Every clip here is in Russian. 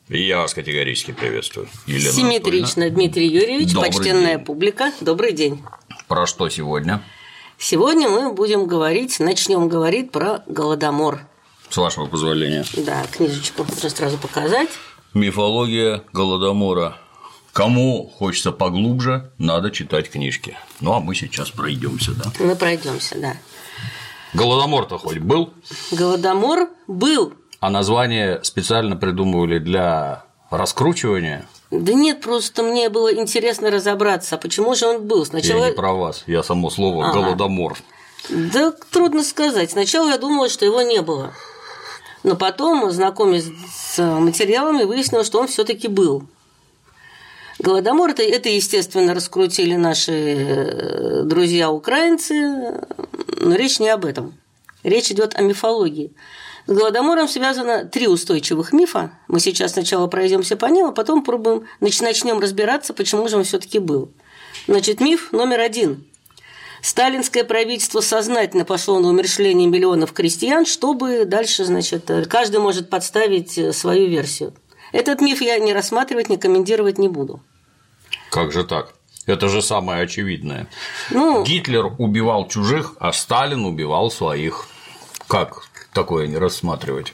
Я вас категорически приветствую, Елена Симметрично, Анатольевна. Дмитрий Юрьевич, Добрый почтенная день. публика, добрый день. Про что сегодня? Сегодня мы начнем говорить про Голодомор. С вашего позволения. Да, книжечку можно сразу показать. Мифология Голодомора. Кому хочется поглубже, надо читать книжки. Ну, а мы сейчас пройдемся, да? Мы пройдемся, да. Голодомор-то хоть был? Голодомор был. А название специально придумывали для раскручивания? Да нет, просто мне было интересно разобраться, почему же он был. Сначала... Я не про вас, я само слово «голодомор». Да трудно сказать. Сначала я думала, что его не было. Но потом, знакомясь с материалами, выяснилось, что он все-таки был. Голодомор это, естественно, раскрутили наши друзья-украинцы, но речь не об этом. Речь идет о мифологии. С Голодомором связано 3 устойчивых мифа. Мы сейчас сначала пройдемся по ним, а потом начнем разбираться, почему же он все-таки был. Значит, миф номер 1. Сталинское правительство сознательно пошло на умерщвление миллионов крестьян, чтобы дальше, значит, каждый может подставить свою версию. Этот миф я не рассматривать, не комментировать не буду. Как же так? Это же самое очевидное. Гитлер убивал чужих, а Сталин убивал своих. Как такое не рассматривать?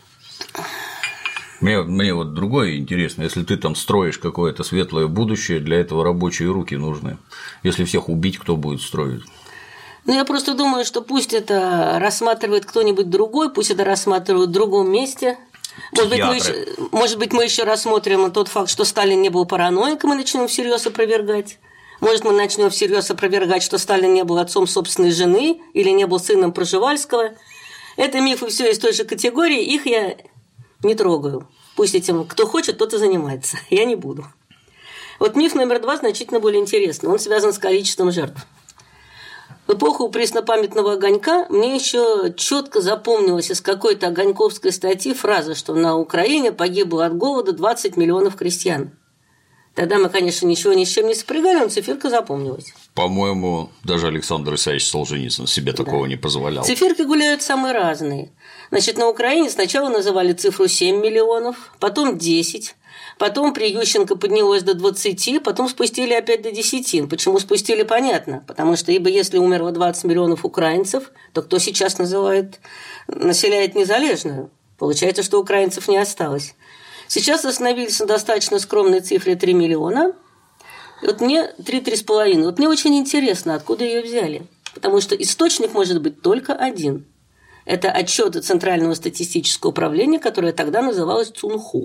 Мне вот другое интересно, если ты там строишь какое-то светлое будущее, для этого рабочие руки нужны. Если всех убить, кто будет строить? Я просто думаю, что пусть это рассматривает кто-нибудь другой, пусть это рассматривают в другом месте. Может быть, мы еще рассмотрим тот факт, что Сталин не был параноиком, и начнем всерьез опровергать. Может, мы начнем всерьез опровергать, что Сталин не был отцом собственной жены или не был сыном Пржевальского. Это мифы все из той же категории, их я не трогаю. Пусть этим кто хочет, тот и занимается. Я не буду. Вот миф номер 2 значительно более интересный. Он связан с количеством жертв. В эпоху преснопамятного огонька мне еще четко запомнилась из какой-то огоньковской статьи фраза, что на Украине погибло от голода 20 миллионов крестьян. Тогда мы, конечно, ничего ни с чем не сопрягали, но циферка запомнилась. По-моему, даже Александр Исаевич Солженицын себе такого не позволял. Циферки гуляют самые разные. Значит, на Украине сначала называли цифру 7 миллионов, потом 10, потом при Ющенко поднялось до 20, потом спустили опять до 10. Почему спустили, понятно. Потому что если умерло 20 миллионов украинцев, то кто сейчас населяет Незалежную? Получается, что украинцев не осталось. Сейчас остановились на достаточно скромной цифре 3 миллиона. И вот мне 3,5. Вот мне очень интересно, откуда ее взяли. Потому что источник может быть только один. Это отчеты Центрального статистического управления, которое тогда называлось ЦУНХУ.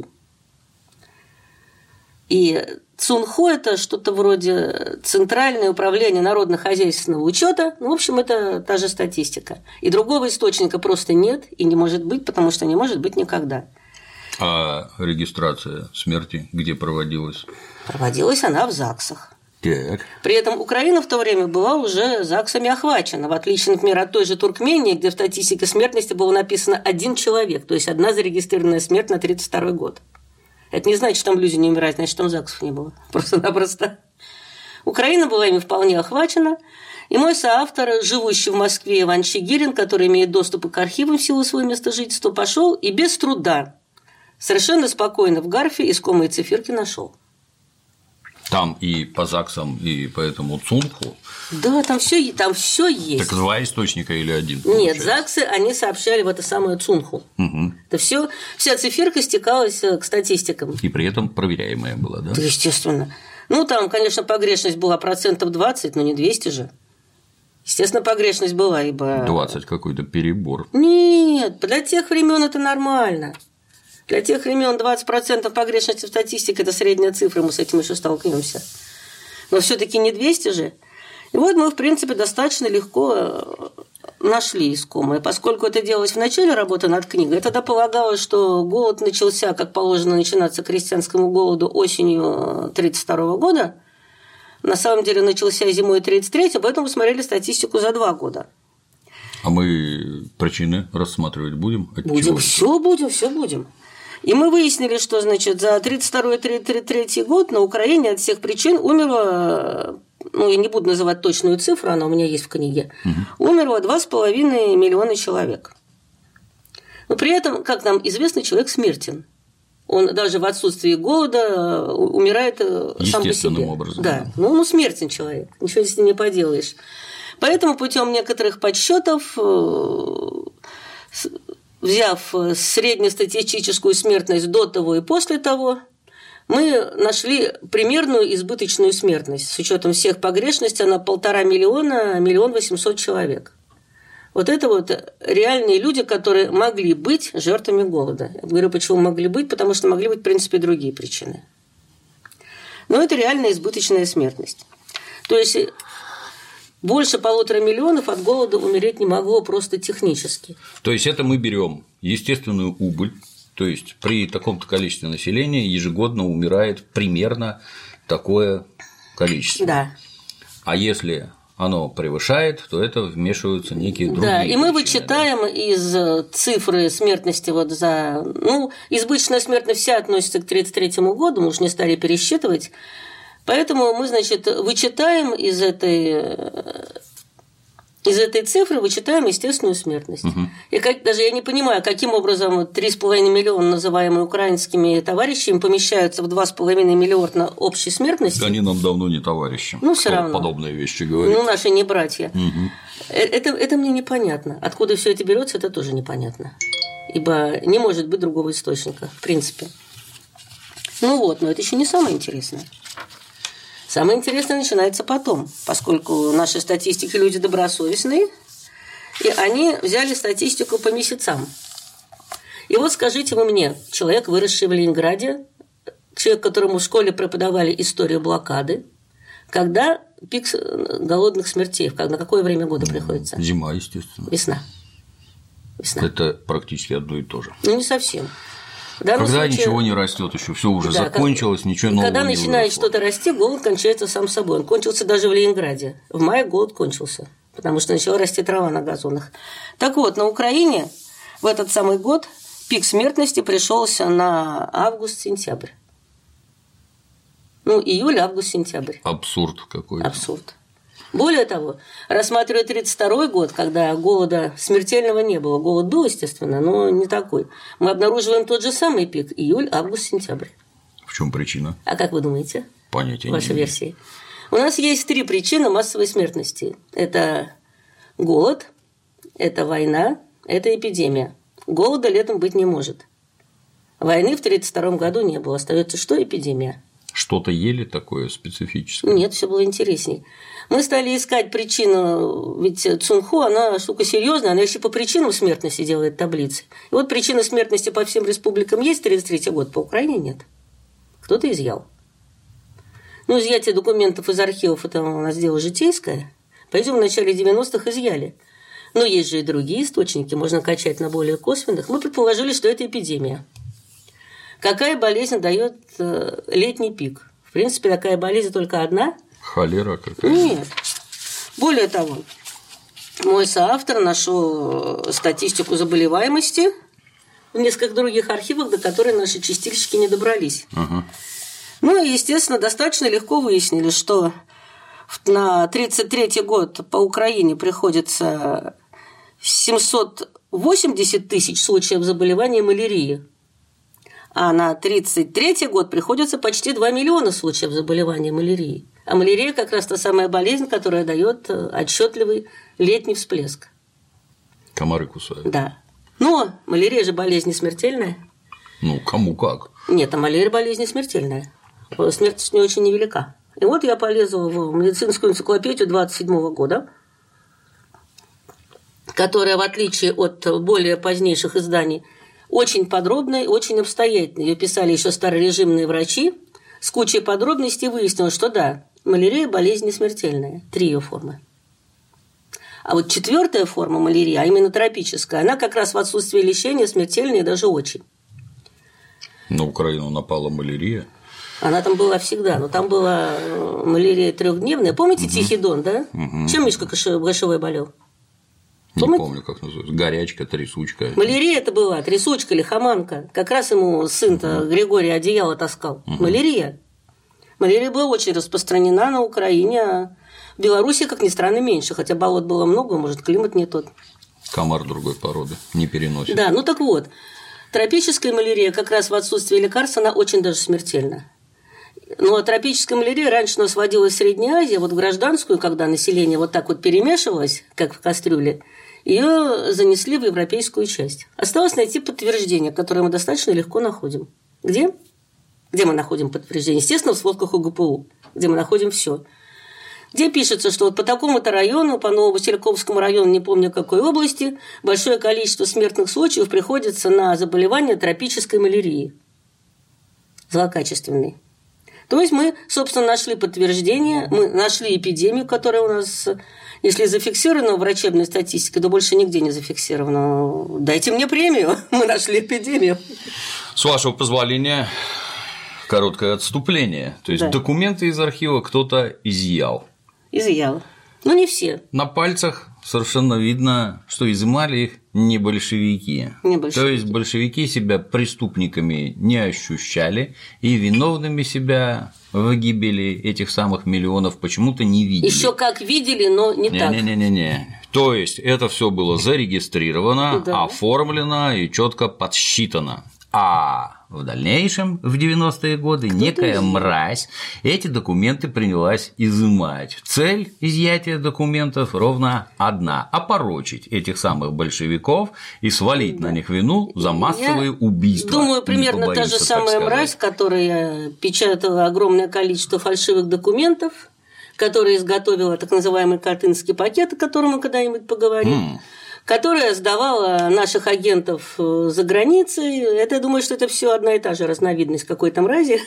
И ЦУНХУ – это что-то вроде Центральное управление народно-хозяйственного учета. В общем, это та же статистика. И другого источника просто нет и не может быть, потому что не может быть никогда. А регистрация смерти где проводилась? Проводилась она в ЗАГСах. Так. При этом Украина в то время была уже ЗАГСами охвачена, в отличие, например, от той же Туркмении, где в статистике смертности было написано 1 человек, то есть 1 зарегистрированная смерть на 1932 год. Это не значит, что там люди не умирают, значит, там ЗАГСов не было. Просто-напросто. Украина была ими вполне охвачена, и мой соавтор, живущий в Москве Иван Чигирин, который имеет доступ к архивам в силу своего места жительства, пошел и без труда, совершенно спокойно в Гарфе искомые циферки нашел. Там и по ЗАГСам, и по этому ЦУНХУ? Да, там все есть. Так 2 источника или 1? Нет, ЗАГСы, они сообщали в это самое ЦУНХУ. Угу. Это все, вся циферка стекалась к статистикам. И при этом проверяемая была, да? Да, естественно. Там, конечно, погрешность была 20%, но не 200 же. Естественно, погрешность была, ибо… 20 какой-то перебор. Нет, для тех времен это нормально. Для тех времен 20% погрешности в статистике – это средняя цифра, мы с этим еще столкнемся. Но все-таки не 200 же. И вот мы, в принципе, достаточно легко нашли искомое. Поскольку это делалось в начале работы над книгой, тогда полагалось, что голод начался, как положено начинаться крестьянскому голоду, осенью 1932 года. На самом деле начался зимой 1933, поэтому мы смотрели статистику за 2 года. А мы причины рассматривать будем? Все будем. И мы выяснили, что, значит, за 1932-1933 год на Украине от всех причин умерло, я не буду называть точную цифру, она у меня есть в книге, умерло 2,5 миллиона человек. Но при этом, как нам известно, человек смертен. Он даже в отсутствии голода умирает сам по себе. Естественным образом. Да. Ну, он смертен человек, ничего с ним не поделаешь. Поэтому путем некоторых подсчетов, взяв среднестатистическую смертность до того и после того, мы нашли примерную избыточную смертность. С учетом всех погрешностей она 1,5 миллиона, 1 800 000 человек. Вот это вот реальные люди, которые могли быть жертвами голода. Я говорю, почему могли быть, потому что могли быть, в принципе, другие причины. Но это реальная избыточная смертность. То есть больше 1,5 миллиона от голода умереть не могло просто технически. То есть это мы берем естественную убыль, то есть при таком-то количестве населения ежегодно умирает примерно такое количество. Да. А если оно превышает, то это вмешиваются некие другие. Да, и мы причины, вычитаем из цифры смертности вот за… Ну, избыточная смертность вся относится к 1933 году, мы уж не стали пересчитывать. Поэтому мы, значит, вычитаем из этой цифры вычитаем естественную смертность. И даже я не понимаю, каким образом 3,5 миллиона, называемые украинскими товарищами, помещаются в 2,5 миллиона общей смертности. Они нам давно не товарищи. Ну, все равно. Подобные вещи говорят. Ну, наши не братья. Это мне непонятно. Откуда все это берется, это тоже непонятно. Ибо не может быть другого источника, в принципе. Ну вот, но это еще не самое интересное. Самое интересное начинается потом, поскольку наши статистики люди добросовестные, и они взяли статистику по месяцам. И вот скажите вы мне, человек, выросший в Ленинграде, человек, которому в школе преподавали историю блокады, когда пик голодных смертей, на какое время года приходится? Зима, естественно. Весна. Это практически одно и то же. Ну, не совсем. Когда случае, ничего не растет еще, все уже закончилось, ничего нового не выросло. Когда начинает что-то расти, голод кончается сам собой. Он кончился даже в Ленинграде. В мае голод кончился, потому что начала расти трава на газонах. Так вот, на Украине в этот самый год пик смертности пришелся на август-сентябрь. Ну, июль, август, сентябрь. Абсурд какой-то. Абсурд. Более того, рассматривая 1932 год, когда голода смертельного не было, голод был, естественно, но не такой, мы обнаруживаем тот же самый пик – июль, август, сентябрь. В чем причина? А как вы думаете? Понятия не имею. Ваши версии. У нас есть 3 причины массовой смертности. Это голод, это война, это эпидемия. Голода летом быть не может. Войны в 1932 году не было. Остается что? Эпидемия. Что-то ели такое специфическое? Нет, все было интересней. Мы стали искать причину, ведь Цунху, она штука серьезная, она еще по причинам смертности делает таблицы. И вот причина смертности по всем республикам есть, 1933 год, по Украине нет. Кто-то изъял. Ну, изъятие документов из архивов – это у нас дело житейское. Пойдем в начале 90-х изъяли. Но есть же и другие источники, можно качать на более косвенных. Мы предположили, что это эпидемия. Какая болезнь дает летний пик? В принципе, такая болезнь только одна. Холера какая-то? Нет. Более того, мой соавтор нашел статистику заболеваемости в нескольких других архивах, до которой наши чистильщики не добрались. Ну и, естественно, достаточно легко выяснили, что на 1933 год по Украине приходится 780 тысяч случаев заболевания малярией. А на 1933 год приходится почти 2 миллиона случаев заболевания малярией. А малярия как раз та самая болезнь, которая дает отчетливый летний всплеск. Комары кусают. Да. Но малярия же болезнь не смертельная. Ну, кому как. Нет, а малярия болезнь не смертельная. Смертность не очень невелика. И вот я полезла в медицинскую энциклопедию 1927 года, которая, в отличие от более позднейших изданий, очень подробная и очень обстоятельная. Ее писали еще старорежимные врачи. С кучей подробностей выяснилось, что да, малярия – болезнь не смертельная. 3 ее формы. А вот 4-я форма малярии, а именно тропическая, она как раз в отсутствии лечения смертельная и даже очень. На Украину напала малярия. Она там была всегда, но там была малярия 3-дневная. Помните Тихий Дон, да? Чем Мишка Кашевой болел? Не помню, как называется. Горячка, трясучка. Малярия это была, трясучка, лихоманка. Как раз ему сын-то Григорий одеяло таскал. Малярия. Малярия была очень распространена на Украине, а в Беларуси, как ни странно, меньше. Хотя болот было много, может, климат не тот. Комар другой породы, не переносит. Да, ну так вот. Тропическая малярия как раз в отсутствии лекарств, она очень даже смертельна. Но тропическая малярия раньше у нас водилась в Средней Азии, вот в гражданскую, когда население вот так вот перемешивалось, как в кастрюле, ее занесли в европейскую часть. Осталось найти подтверждение, которое мы достаточно легко находим. Где? Где мы находим подтверждение? Естественно, в сводках ОГПУ, где мы находим все. Где пишется, что вот по такому-то району, по Нововасильковскому району, не помню какой области, большое количество смертных случаев приходится на заболевание тропической малярии, злокачественной. То есть мы, собственно, нашли подтверждение, мы нашли эпидемию, которая у нас, если зафиксирована в врачебной статистике, то больше нигде не зафиксирована. Дайте мне премию, мы нашли эпидемию. С вашего позволения, короткое отступление. То есть документы из архива кто-то изъял. Изъял. Но не все. На пальцах совершенно видно, что изымали их не большевики. То есть большевики себя преступниками не ощущали и виновными себя в гибели этих самых миллионов почему-то не видели. Еще как видели, но не так. Не. То есть это все было зарегистрировано, оформлено и четко подсчитано. А в дальнейшем, в 90-е годы, некая мразь эти документы принялась изымать. Цель изъятия документов ровно одна – опорочить этих самых большевиков и свалить на них вину за массовые убийства. Думаю, примерно та же самая мразь, которая печатала огромное количество фальшивых документов, которая изготовила так называемый Катынский пакет, о котором мы когда-нибудь поговорим. Которая сдавала наших агентов за границей. Я думаю, что это все одна и та же разновидность какой-то мрази.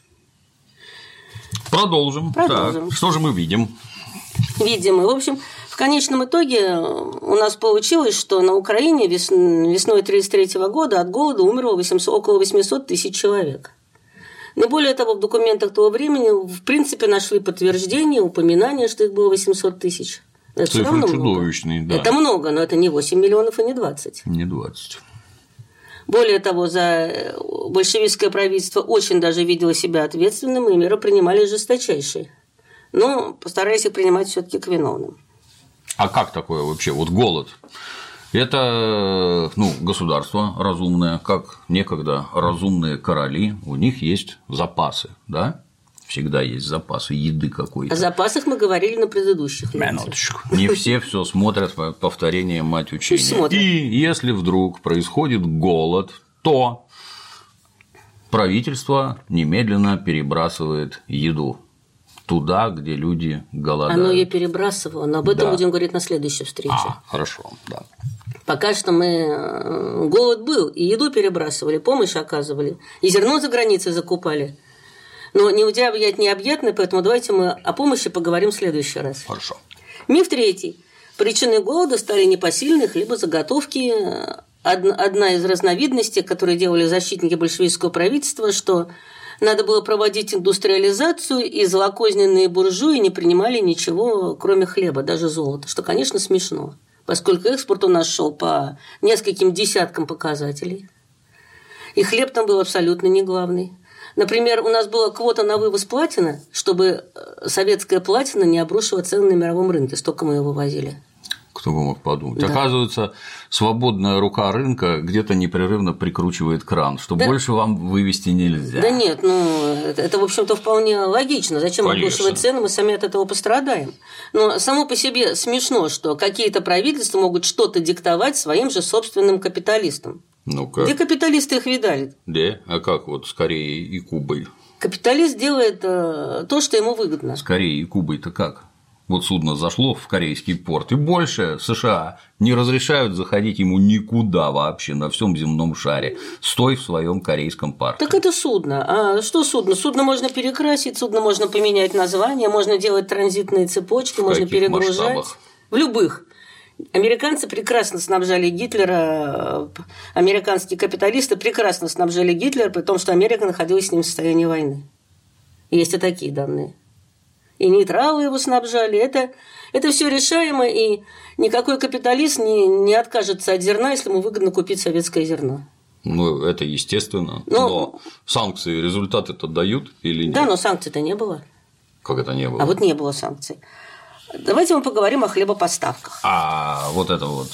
Продолжим. Так, что же мы видим? Видим. И, в общем, в конечном итоге у нас получилось, что на Украине весной 1933 года от голода умерло около 800 тысяч человек. Но более того, в документах того времени в принципе нашли подтверждение, упоминание, что их было 800 тысяч. Это цифры чудовищные, да. Это много, но это не 8 миллионов и не 20. Не 20. Более того, за большевистское правительство очень даже видело себя ответственным, и меры принимали жесточайшие. Но постарались их принимать все-таки к виновным. А как такое вообще? Вот голод. Это государство разумное, как некогда разумные короли, у них есть запасы, да? Всегда есть запасы еды какой-то. О запасах мы говорили на предыдущих лекциях. Минуточку. Не все смотрят повторение мать учения. И если вдруг происходит голод, то правительство немедленно перебрасывает еду туда, где люди голодают. Оно ее перебрасывало, но об этом будем говорить на следующей встрече. Хорошо, да. Пока что голод был, и еду перебрасывали, помощь оказывали, и зерно за границей закупали. Но необъятный, поэтому давайте мы о помощи поговорим в следующий раз. Хорошо. Миф третий. Причиной голода стали непосильные хлебозаготовки. Одна из разновидностей, которые делали защитники большевистского правительства, что надо было проводить индустриализацию, и злокозненные буржуи не принимали ничего, кроме хлеба, даже золота, что, конечно, смешно, поскольку экспорт у нас шел по нескольким десяткам показателей. И хлеб там был абсолютно не главный. Например, у нас была квота на вывоз платины, чтобы советская платина не обрушила цены на мировом рынке. Столько мы ее вывозили. Кто бы мог подумать. Да. Оказывается, свободная рука рынка где-то непрерывно прикручивает кран, что больше вам вывести нельзя. Да нет, это в общем-то, вполне логично. Зачем обрушивать цены, мы сами от этого пострадаем. Но само по себе смешно, что какие-то правительства могут что-то диктовать своим же собственным капиталистам. Ну-ка. Где капиталисты их видали? Да, а как вот с Кореей и Кубой? Капиталист делает то, что ему выгодно. С Кореей и Кубой-то как? Вот судно зашло в корейский порт, и больше США не разрешают заходить ему никуда вообще на всем земном шаре. Стой в своем корейском порте. Так это судно. А что судно? Судно можно перекрасить, судно можно поменять название, можно делать транзитные цепочки, можно перегружать. Масштабах? В любых. Американцы прекрасно снабжали Гитлера, американские капиталисты прекрасно снабжали Гитлера, при том, что Америка находилась с ним в состоянии войны. Есть и такие данные. И нейтралы его снабжали. Это все решаемо, и никакой капиталист не откажется от зерна, если ему выгодно купить советское зерно. Ну, это естественно. Но санкции результаты-то дают или нет? Да, но санкций-то не было. Как это не было? А вот не было санкций. Давайте мы поговорим о хлебопоставках. А вот это вот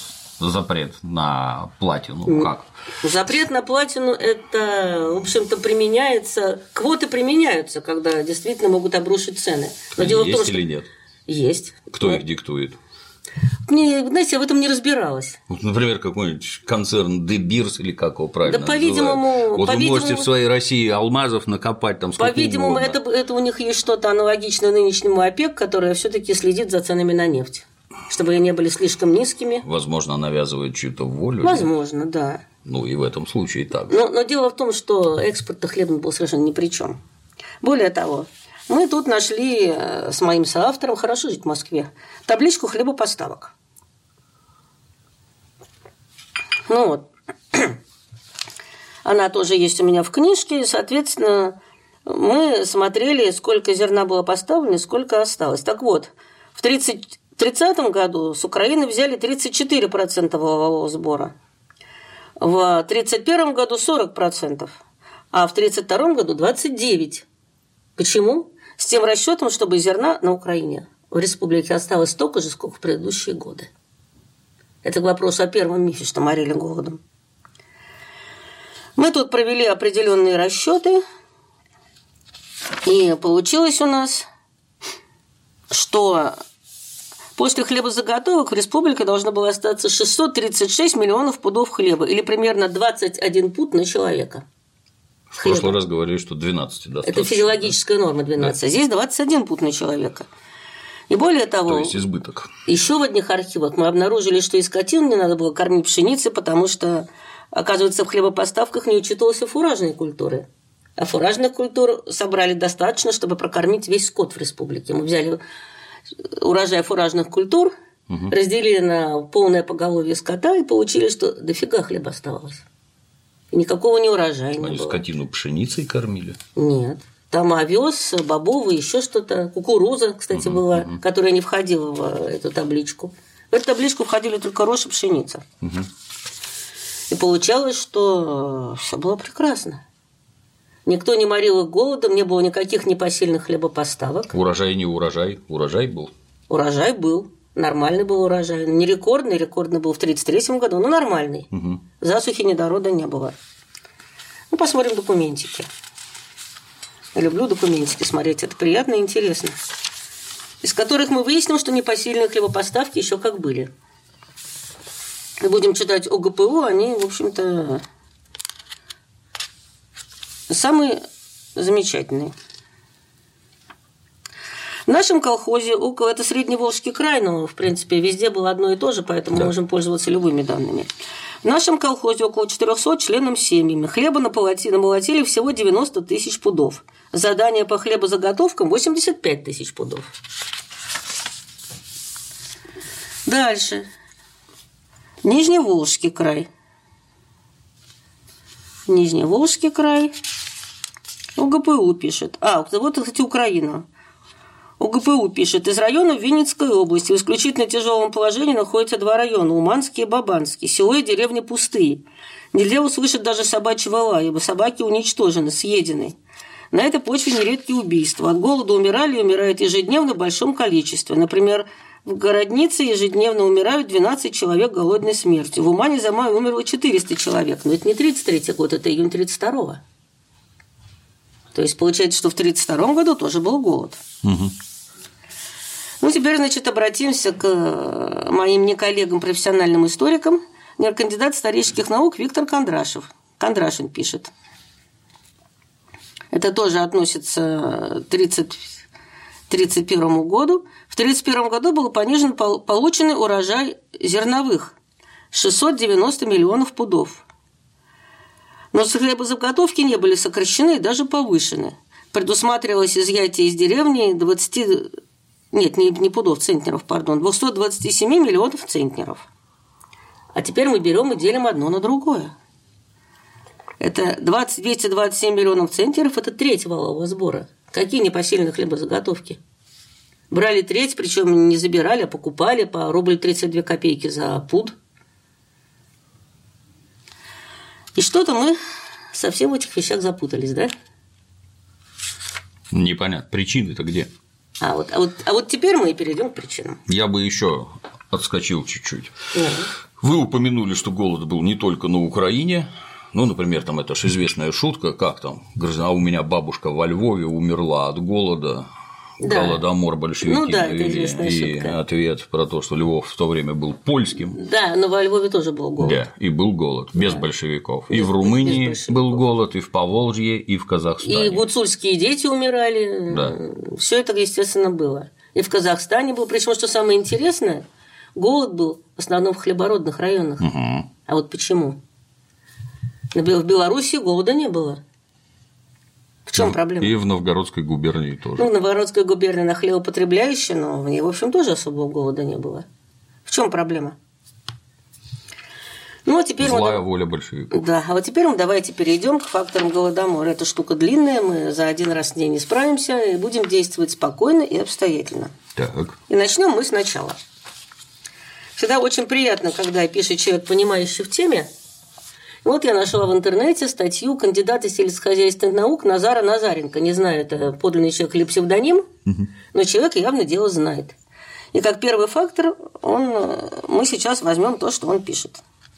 запрет на платину? Как? Запрет на платину – это, в общем-то, применяется… Квоты применяются, когда действительно могут обрушить цены. Но дело в том, что… или нет? Есть. Кто их диктует? Знаете, я в этом не разбиралась. Вот, например, какой-нибудь концерн De Beers, или как его правильно называют? По-видимому… Вот вы можете в своей России алмазов накопать там сколько По-видимому, это у них есть что-то аналогичное нынешнему ОПЕК, которое все-таки следит за ценами на нефть, чтобы они не были слишком низкими. Возможно, навязывает чью-то волю. Возможно, да. Ну, и в этом случае так. Но дело в том, что экспорт хлеба был совершенно ни при чем. Более того, мы тут нашли с моим соавтором, хорошо жить в Москве, табличку хлебопоставок. Ну вот. Она тоже есть у меня в книжке, и, соответственно, мы смотрели, сколько зерна было поставлено, сколько осталось. Так вот, в 1930 году с Украины взяли 34% валового сбора, в 1931 году 40%, а в 1932 году 29%. Почему? С тем расчетом, чтобы зерна на Украине в республике осталось столько же, сколько в предыдущие годы. Это к вопросу о первом мифе, что морили голодом. Мы тут провели определенные расчеты, и получилось у нас, что после хлебозаготовок в республике должно было остаться 636 миллионов пудов хлеба, или примерно 21 пуд на человека. В прошлый раз говорили, что 12 достаточно. Это физиологическая норма 12, да. А здесь 21 пуд на человека. И более того, то есть избыток. Еще в одних архивах мы обнаружили, что и скотину не надо было кормить пшеницей, потому что, оказывается, в хлебопоставках не учитывалась фуражные культуры. А фуражных культур собрали достаточно, чтобы прокормить весь скот в республике. Мы взяли урожай фуражных культур, разделили на полное поголовье скота и получили, что дофига хлеба оставалось. И никакого не урожая не было. Они скотину пшеницей кормили? Нет. Там овес, бобовый, еще что-то. Кукуруза, кстати, была, которая не входила в эту табличку. В эту табличку входили только рожь и пшеница. И получалось, что все было прекрасно. Никто не морил их голодом, не было никаких непосильных хлебопоставок. Урожай не урожай? Урожай был? Урожай был. Нормальный был урожай. Не рекордный, рекордный был в 1933 году, но нормальный. Засухи, недорода не было. Ну, посмотрим документики. Я люблю документики смотреть, это приятно и интересно. Из которых мы выясним, что непосильные хлебопоставки еще как были. Мы будем читать ОГПУ, они, в общем-то, самые замечательные. В нашем колхозе около, это Средневолжский край, но, в принципе, везде было одно и то же, поэтому мы можем пользоваться любыми данными. В нашем колхозе около 400 членам семьями. Хлеба намолотили всего 90 тысяч пудов. Задание по хлебозаготовкам 85 тысяч пудов. Дальше. Нижневолжский край. Нижневолжский край. ОГПУ пишет. Вот, кстати, Украина. ОГПУ пишет, из районов Винницкой области в исключительно тяжелом положении находятся два района – Уманский и Бабанский. Село и деревня пустые. Нельзя услышать даже собачьего лая, ибо собаки уничтожены, съедены. На этой почве нередкие убийства. От голода умирали и умирают ежедневно в большом количестве. Например, в Городнице ежедневно умирают 12 человек голодной смертью. В Умане за май умерло 400 человек. Но это не 1933 год, это июнь 1932. То есть, получается, что в 1932 году тоже был голод. Ну, теперь, значит, обратимся к моим неколлегам, профессиональным историкам. Кандидат исторических наук Виктор Кондрашев. Кондрашин пишет. Это тоже относится к 1931 году. В 1931 году был понижен полученный урожай зерновых – 690 миллионов пудов. Но хлебозаготовки не были сокращены и даже повышены. Предусматривалось изъятие из деревни 227 миллионов центнеров. А теперь мы берем и делим одно на другое. Это 227 миллионов центнеров – это треть валового сбора. Какие непосильные хлебозаготовки? Брали треть, причем не забирали, а покупали по рубль 32 копейки за пуд. И что-то мы совсем в этих вещах запутались, да? Непонятно. Причины-то где? А вот теперь мы и перейдем к причинам. Я бы еще отскочил чуть-чуть. Вы упомянули, что голод был не только на Украине. Ну, например, там это же известная шутка, как там, а у меня бабушка во Львове умерла от голода. Да. Голодомор большевики навели, и ответ про то, что Львов в то время был польским. Да, но во Львове тоже был голод. Да, и был голод, без большевиков. И в Румынии был голод, и в Поволжье, и в Казахстане. И гуцульские дети умирали. Да. Все это, естественно, было. И в Казахстане был. Причем, что самое интересное, голод был в основном в хлебородных районах. Угу. А вот почему? В Беларуси голода не было. В чем проблема? И в Новгородской губернии тоже. Ну, в Новгородской губернии она хлебопотребляющая, но в ней, в общем, тоже особого голода не было. В чем проблема? Ну, а теперь злая воля большевиков. Да, а вот теперь мы давайте перейдем к факторам Голодомора. Эта штука длинная, мы за один раз с ней не справимся, и будем действовать спокойно и обстоятельно. Так. И начнем мы сначала. Всегда очень приятно, когда пишет человек, понимающий в теме. Вот я нашла в интернете статью кандидата сельскохозяйственных наук Назара Назаренко. Не знаю, это подлинный человек или псевдоним, но человек явно дело знает. И как первый фактор мы сейчас возьмем то, что он пишет.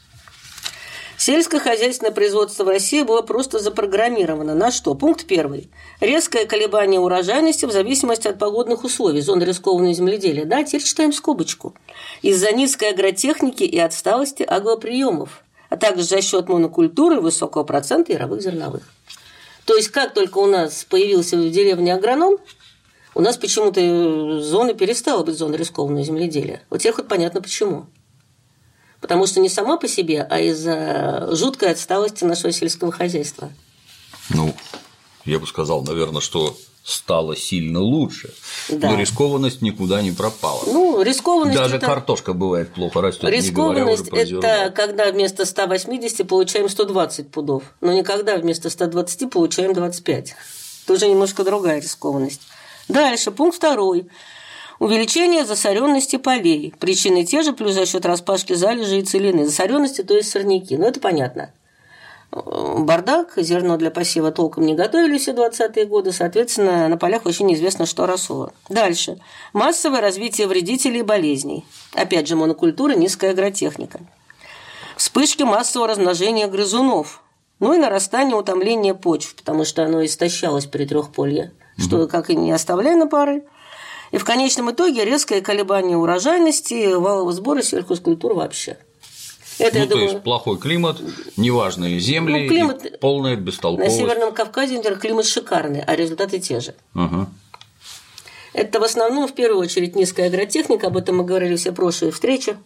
Сельскохозяйственное производство в России было просто запрограммировано. На что? Пункт 1. Резкое колебание урожайности в зависимости от погодных условий, зоны рискованного земледелия. Да, теперь читаем скобочку. Из-за низкой агротехники и отсталости агроприемов, а также за счет монокультуры высокого процента яровых зерновых. То есть, как только у нас появился в деревне агроном, у нас почему-то зона перестала быть зоной рискованного земледелия. Вот теперь хоть понятно почему. Потому что не сама по себе, а из-за жуткой отсталости нашего сельского хозяйства. Ну, я бы сказал, наверное, что стало сильно лучше. Да. Но рискованность никуда не пропала. Ну, рискованность даже картошка бывает плохо растет. Рискованность – это когда вместо 180 получаем 120 пудов, но никогда вместо 120 получаем 25. Тоже немножко другая рискованность. Дальше, пункт 2. Увеличение засоренности полей. Причины те же, плюс за счет распашки залежей и целины. Засоренности, то есть сорняки. Ну, это понятно. Бардак, зерно для посева толком не готовили все 20-е годы, соответственно, на полях вообще неизвестно, что росло. Дальше. Массовое развитие вредителей и болезней. Опять же, монокультура, низкая агротехника. Вспышки массового размножения грызунов. Ну и нарастание утомления почв, потому что оно истощалось при трехполье, что как и не оставляя на пары. И в конечном итоге резкое колебание урожайности, валового сбора сельхозкультур вообще. Это, ну, то есть плохой климат, неважные земли, климат, и полная бестолковость. На Северном Кавказе, например, климат шикарный, а результаты те же. Угу. Это в основном, в первую очередь, низкая агротехника, об этом мы говорили все прошлые встречи.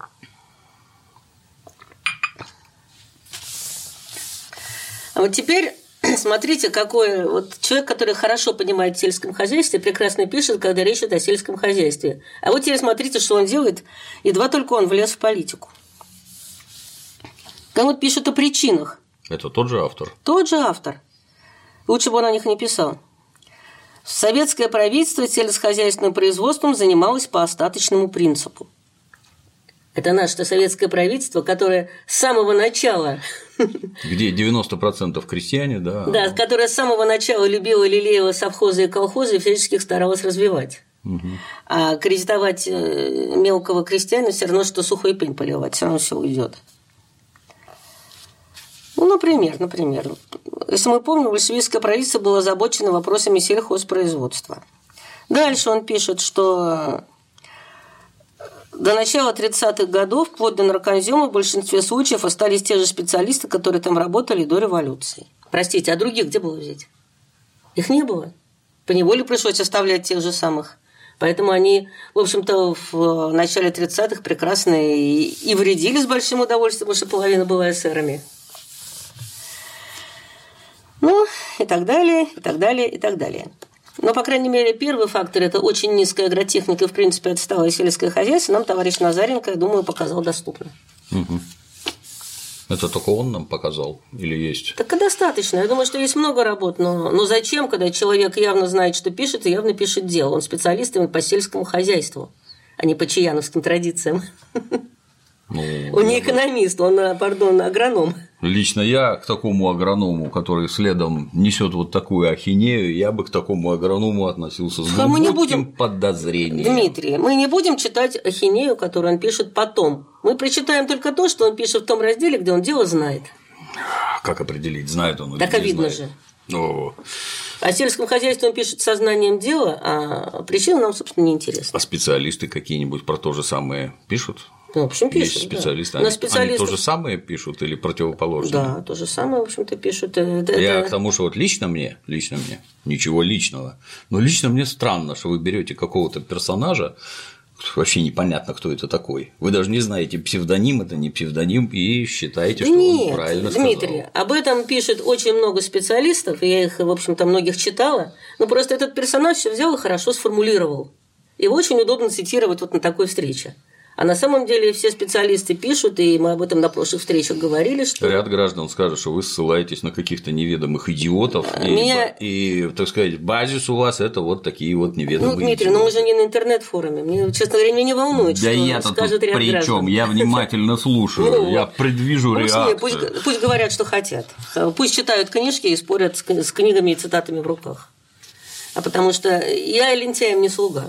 А вот теперь смотрите, какой вот человек, который хорошо понимает в сельском хозяйстве, прекрасно пишет, когда речь идет о сельском хозяйстве. А вот теперь смотрите, что он делает, едва только он влез в политику. Там вот пишут о причинах. Это тот же автор? Тот же автор. Лучше бы он о них не писал. Советское правительство сельскохозяйственным производством занималось по остаточному принципу. Это наше советское правительство, которое с самого начала… Где 90% крестьяне, да? Да, которое с самого начала любило, лелеяло совхозы и колхозы и всячески старалось развивать. Угу. А кредитовать мелкого крестьянина все равно, что сухой пень поливать, все равно все уйдет. Ну, например, если мы помним, большевистское правительство было озабочено вопросами сельхозпроизводства. Дальше он пишет, что до начала 30-х годов, вплоть до наркозема, в большинстве случаев остались те же специалисты, которые там работали до революции. Простите, а других где было взять? Их не было. Поневоле пришлось оставлять тех же самых. Поэтому они, в общем-то, в начале 30-х прекрасно и вредили с большим удовольствием, потому что половина была эсерами. Ну, и так далее, и так далее, и так далее. Но, по крайней мере, первый фактор – это очень низкая агротехника, в принципе, отсталое сельское хозяйство, нам товарищ Назаренко, я думаю, показал доступно. Угу. Это только он нам показал или есть? Так и достаточно. Я думаю, что есть много работ, но зачем, когда человек явно знает, что пишет, и явно пишет дело? Он специалист по сельскому хозяйству, а не по чаяновским традициям. Он не экономист, он, агроном. Лично я к такому агроному, который следом несет вот такую ахинею, я бы к такому агроному относился с глубоким подозрением. Дмитрий, мы не будем читать ахинею, которую он пишет потом. Мы прочитаем только то, что он пишет в том разделе, где он дело знает. Как определить, знает он или так не видно знает? Же. О сельском хозяйстве он пишет сознанием дела, а причины нам, собственно, не интересны. А специалисты какие-нибудь про то же самое пишут? Ну, в общем, пишут. Есть специалисты, да. Они то же самое пишут или противоположное? Да, то же самое, в общем-то, пишут. Я к тому, что вот лично мне, ничего личного, но лично мне странно, что вы берете какого-то персонажа, вообще непонятно, кто это такой. Вы даже не знаете, псевдоним это не псевдоним, и считаете, что он правильно сказал. Дмитрий, об этом пишет очень много специалистов, и я их, в общем-то, многих читала, но просто этот персонаж все взял и хорошо сформулировал. Его очень удобно цитировать вот на такой встрече. А на самом деле все специалисты пишут, и мы об этом на прошлых встречах говорили, что… Ряд граждан скажет, что вы ссылаетесь на каких-то неведомых идиотов, и, так сказать, базис у вас – это вот такие вот неведомые Дмитрий, идиоты. мы же не на интернет-форуме. Мне, честно говоря, меня не волнует, да что скажут ряд граждан. Причем я внимательно слушаю, я предвижу реакцию. Пусть говорят, что хотят. Пусть читают книжки и спорят с книгами и цитатами в руках. А потому что я лентяем не слуга.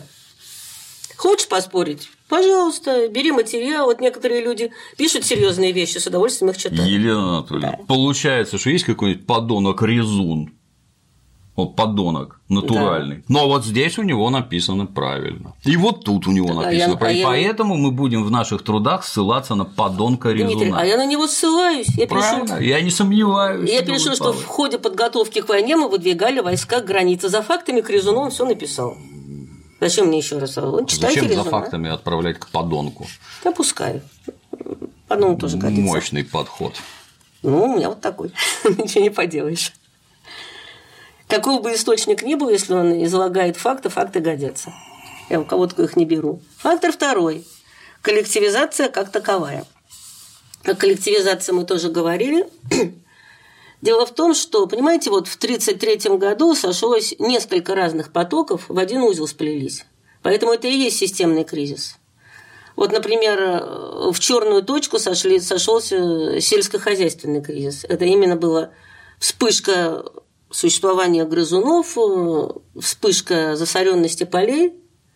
Хочешь поспорить? Пожалуйста, бери материал. Вот некоторые люди пишут серьезные вещи, с удовольствием их читают. Елена Анатольевна, получается, что есть какой-нибудь подонок-резун, вот подонок натуральный, но вот здесь у него написано правильно. И вот тут у него написано правильно. Поэтому мы будем в наших трудах ссылаться на подонка-резуна. Дмитрий, а я на него ссылаюсь. Правильно, я не сомневаюсь. Я пишу, что в ходе подготовки к войне мы выдвигали войска к границе. За фактами к резуну он все написал. Зачем мне еще раз? Зачем за фактами отправлять к подонку? Да пускай. Подонок тоже годится. Мощный подход. Ну, у меня вот такой. Ничего не поделаешь. Какой бы источник ни был, если он излагает факты, факты годятся. Я у кого-то их не беру. Фактор второй. Коллективизация как таковая. О коллективизации мы тоже говорили. Дело в том, что, понимаете, вот в 1933 году сошлось несколько разных потоков, в один узел сплелись. Поэтому это и есть системный кризис. Вот, например, в черную точку сошелся сельскохозяйственный кризис. Это именно была вспышка существования грызунов, вспышка засоренности полей.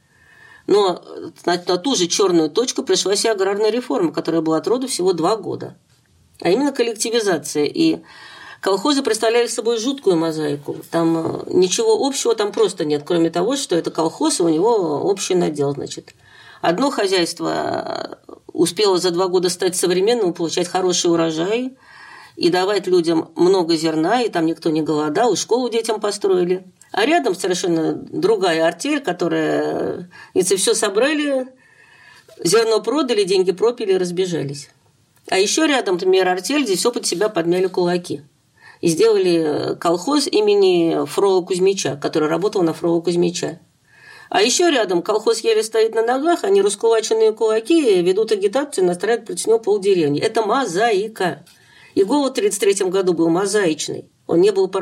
Но на ту же черную точку пришлась и аграрная реформа, которая была от роду всего 2 года. А именно коллективизация. И колхозы представляли собой жуткую мозаику. Там ничего общего там просто нет, кроме того, что это колхоз, и у него общий надел, значит. Одно хозяйство успело за 2 года стать современным, получать хороший урожай и давать людям много зерна, и там никто не голодал, и школу детям построили. А рядом совершенно другая артель, которая, если все собрали, зерно продали, деньги пропили и разбежались. А еще рядом, например, артель, здесь все под себя подмяли кулаки. И сделали колхоз имени Фрола Кузьмича, который работал на Фрола Кузьмича. А еще рядом колхоз еле стоит на ногах, они раскулаченные кулаки ведут агитацию, настраивают против него полдеревни. Это мозаика. И голод в 1933 году был мозаичный. Он не был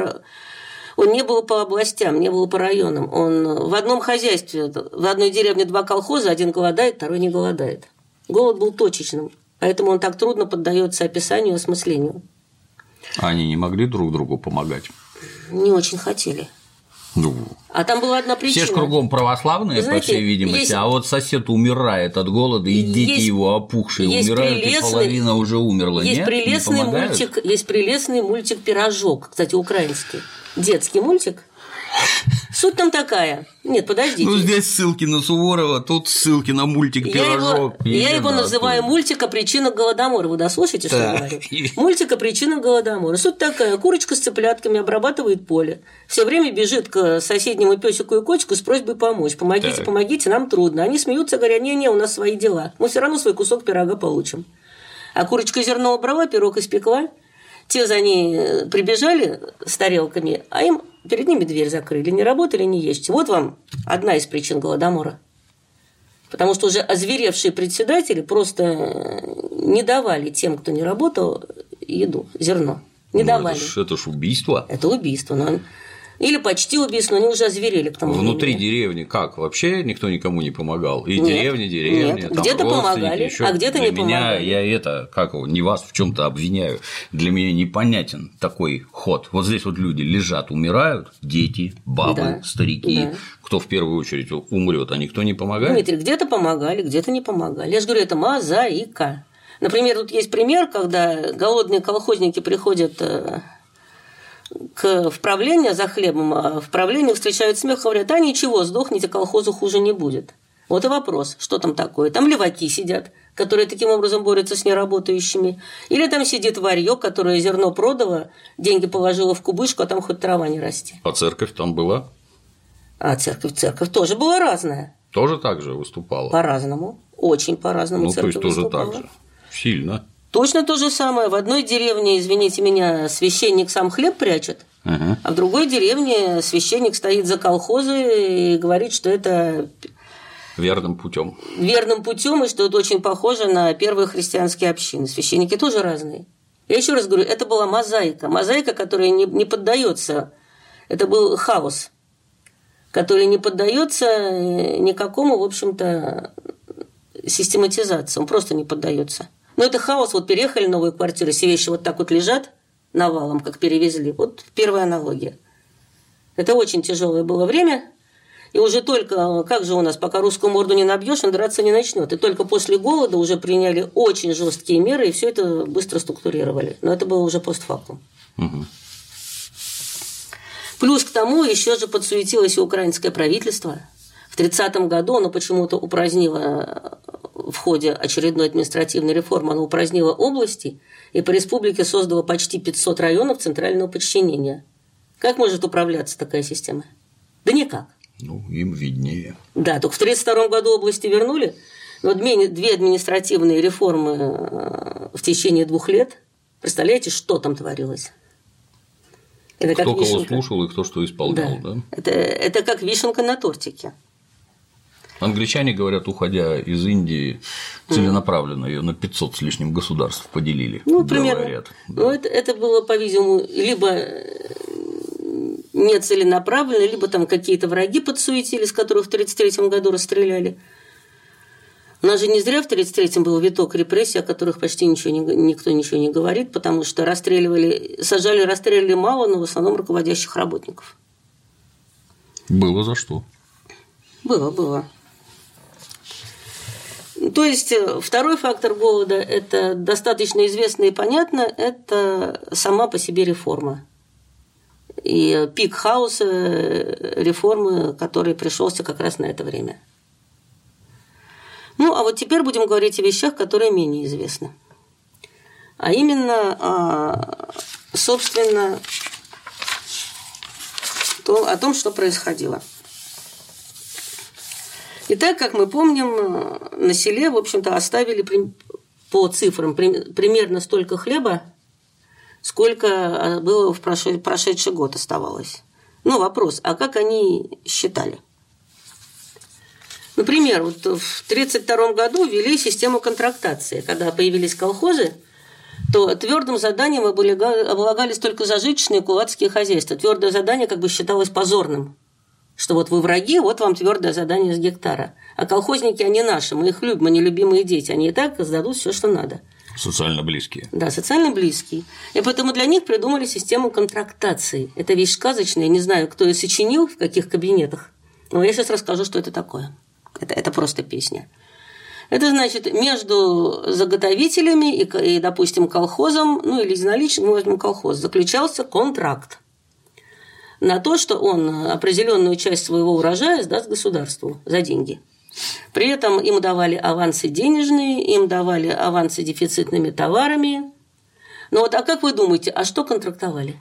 по областям, не был по районам. Он в одном хозяйстве, в одной деревне 2 колхоза, один голодает, второй не голодает. Голод был точечным, поэтому он так трудно поддается описанию и осмыслению. Они не могли друг другу помогать? Не очень хотели. А там была одна причина. Все же кругом православные, знаете, по всей видимости, а вот сосед умирает от голода, и дети его опухшие умирают, и половина уже умерла. Есть прелестный мультик «Пирожок», кстати, украинский. Детский мультик. Суть там такая. Нет, подождите. Ну, здесь ссылки на Суворова, тут ссылки на мультик «Пирожок». Я его называю мультик о причинах Голодомора. Вы дослушайте, что я говорю? Мультик о причинах Голодомора. Суть такая. Курочка с цыплятками обрабатывает поле. Все время бежит к соседнему песику и котику с просьбой помочь. Помогите, помогите, нам трудно. Они смеются, говорят: не-не, у нас свои дела. Мы все равно свой кусок пирога получим. А курочка зерно убрала, пирог испекла. Те за ней прибежали с тарелками, а им перед ними дверь закрыли. Не работали, не ешьте. Вот вам одна из причин Голодомора. Потому что уже озверевшие председатели просто не давали тем, кто не работал, еду, зерно. Не давали. Это ж убийство. Это убийство. Но Или почти убийств, но они уже озверели к тому времени. Внутри деревни как? Вообще никто никому не помогал? И нет, деревни, нет. там где-то помогали, ещё. а где-то не помогали. Я не вас в чем-то обвиняю. Для меня непонятен такой ход. Вот здесь вот люди лежат, умирают, дети, бабы, старики. Да. Кто в первую очередь умрет, а никто не помогает? Дмитрий, где-то помогали, где-то не помогали. Я же говорю, это мозаика. Например, тут есть пример, когда голодные колхозники приходят в правление за хлебом, а в правлении встречают смех, говорят: а ничего, сдохните, колхозу хуже не будет. Вот и вопрос, что там такое? Там леваки сидят, которые таким образом борются с неработающими, или там сидит варьё, которое зерно продало, деньги положило в кубышку, а там хоть трава не расти. А церковь там была? А церковь тоже была разная. Тоже так же выступала? По-разному, очень по-разному церковь то есть тоже выступала. так же? Сильно. Точно то же самое. В одной деревне, извините меня, священник сам хлеб прячет, а в другой деревне священник стоит за колхозы и говорит, что это верным путем, и что это очень похоже на первые христианские общины. Священники тоже разные. Я еще раз говорю, это была мозаика, которая не поддается. Это был хаос, который не поддается никакому, в общем-то, систематизации. Он просто не поддается. Но это хаос, вот переехали в новую квартиру, все вещи вот так вот лежат навалом, как перевезли. Вот первая аналогия. Это очень тяжелое было время, и уже только, как же у нас, пока русскую морду не набьешь, он драться не начнет. И только после голода уже приняли очень жесткие меры, и все это быстро структурировали. Но это было уже постфактум. Угу. Плюс к тому еще же подсуетилось и украинское правительство. В 30-м году оно почему-то упразднило в ходе очередной административной реформы, оно упразднило области и по республике создало почти 500 районов центрального подчинения. Как может управляться такая система? Да никак. Им виднее. Да, только в 1932 году области вернули, но 2 административные реформы в течение 2 лет. Представляете, что там творилось? Это кто кого слушал и кто что исполнял, да? Это как вишенка на тортике. Англичане, говорят, уходя из Индии, целенаправленно ее на 500 с лишним государств поделили. Примерно. Да. Это было, по-видимому, либо нецеленаправленно, либо там какие-то враги подсуетились, которых в 1933 году расстреляли. У нас же не зря в 1933-м был виток репрессий, о которых почти никто ничего не говорит, потому что расстреливали мало, но в основном руководящих работников. Было за что? Было. То есть второй фактор голода – это достаточно известно и понятно, это сама по себе реформа. И пик хаоса реформы, который пришелся как раз на это время. А вот теперь будем говорить о вещах, которые менее известны. А именно, собственно, о том, что происходило. Итак, как мы помним, на селе, в общем-то, оставили по цифрам примерно столько хлеба, сколько было в прошедший год оставалось. Вопрос, а как они считали? Например, в 1932 году ввели систему контрактации. Когда появились колхозы, то твердым заданием облагались только зажиточные кулацкие хозяйства. Твердое задание как бы считалось позорным. Что вот вы враги, вот вам твердое задание с гектара. А колхозники, они наши, мы их любим, они любимые дети. Они и так сдадут все, что надо. Социально близкие. Да, социально близкие. И поэтому для них придумали систему контрактации. Это вещь сказочная, я не знаю, кто ее сочинил, в каких кабинетах. Но я сейчас расскажу, что это такое. Это просто песня. Это значит, между заготовителями и, допустим, колхозом, или единоличным, мы возьмем колхоз, заключался контракт на то, что он определенную часть своего урожая сдаст государству за деньги. При этом им давали авансы денежные, им давали авансы дефицитными товарами. А как вы думаете, а что контрактовали?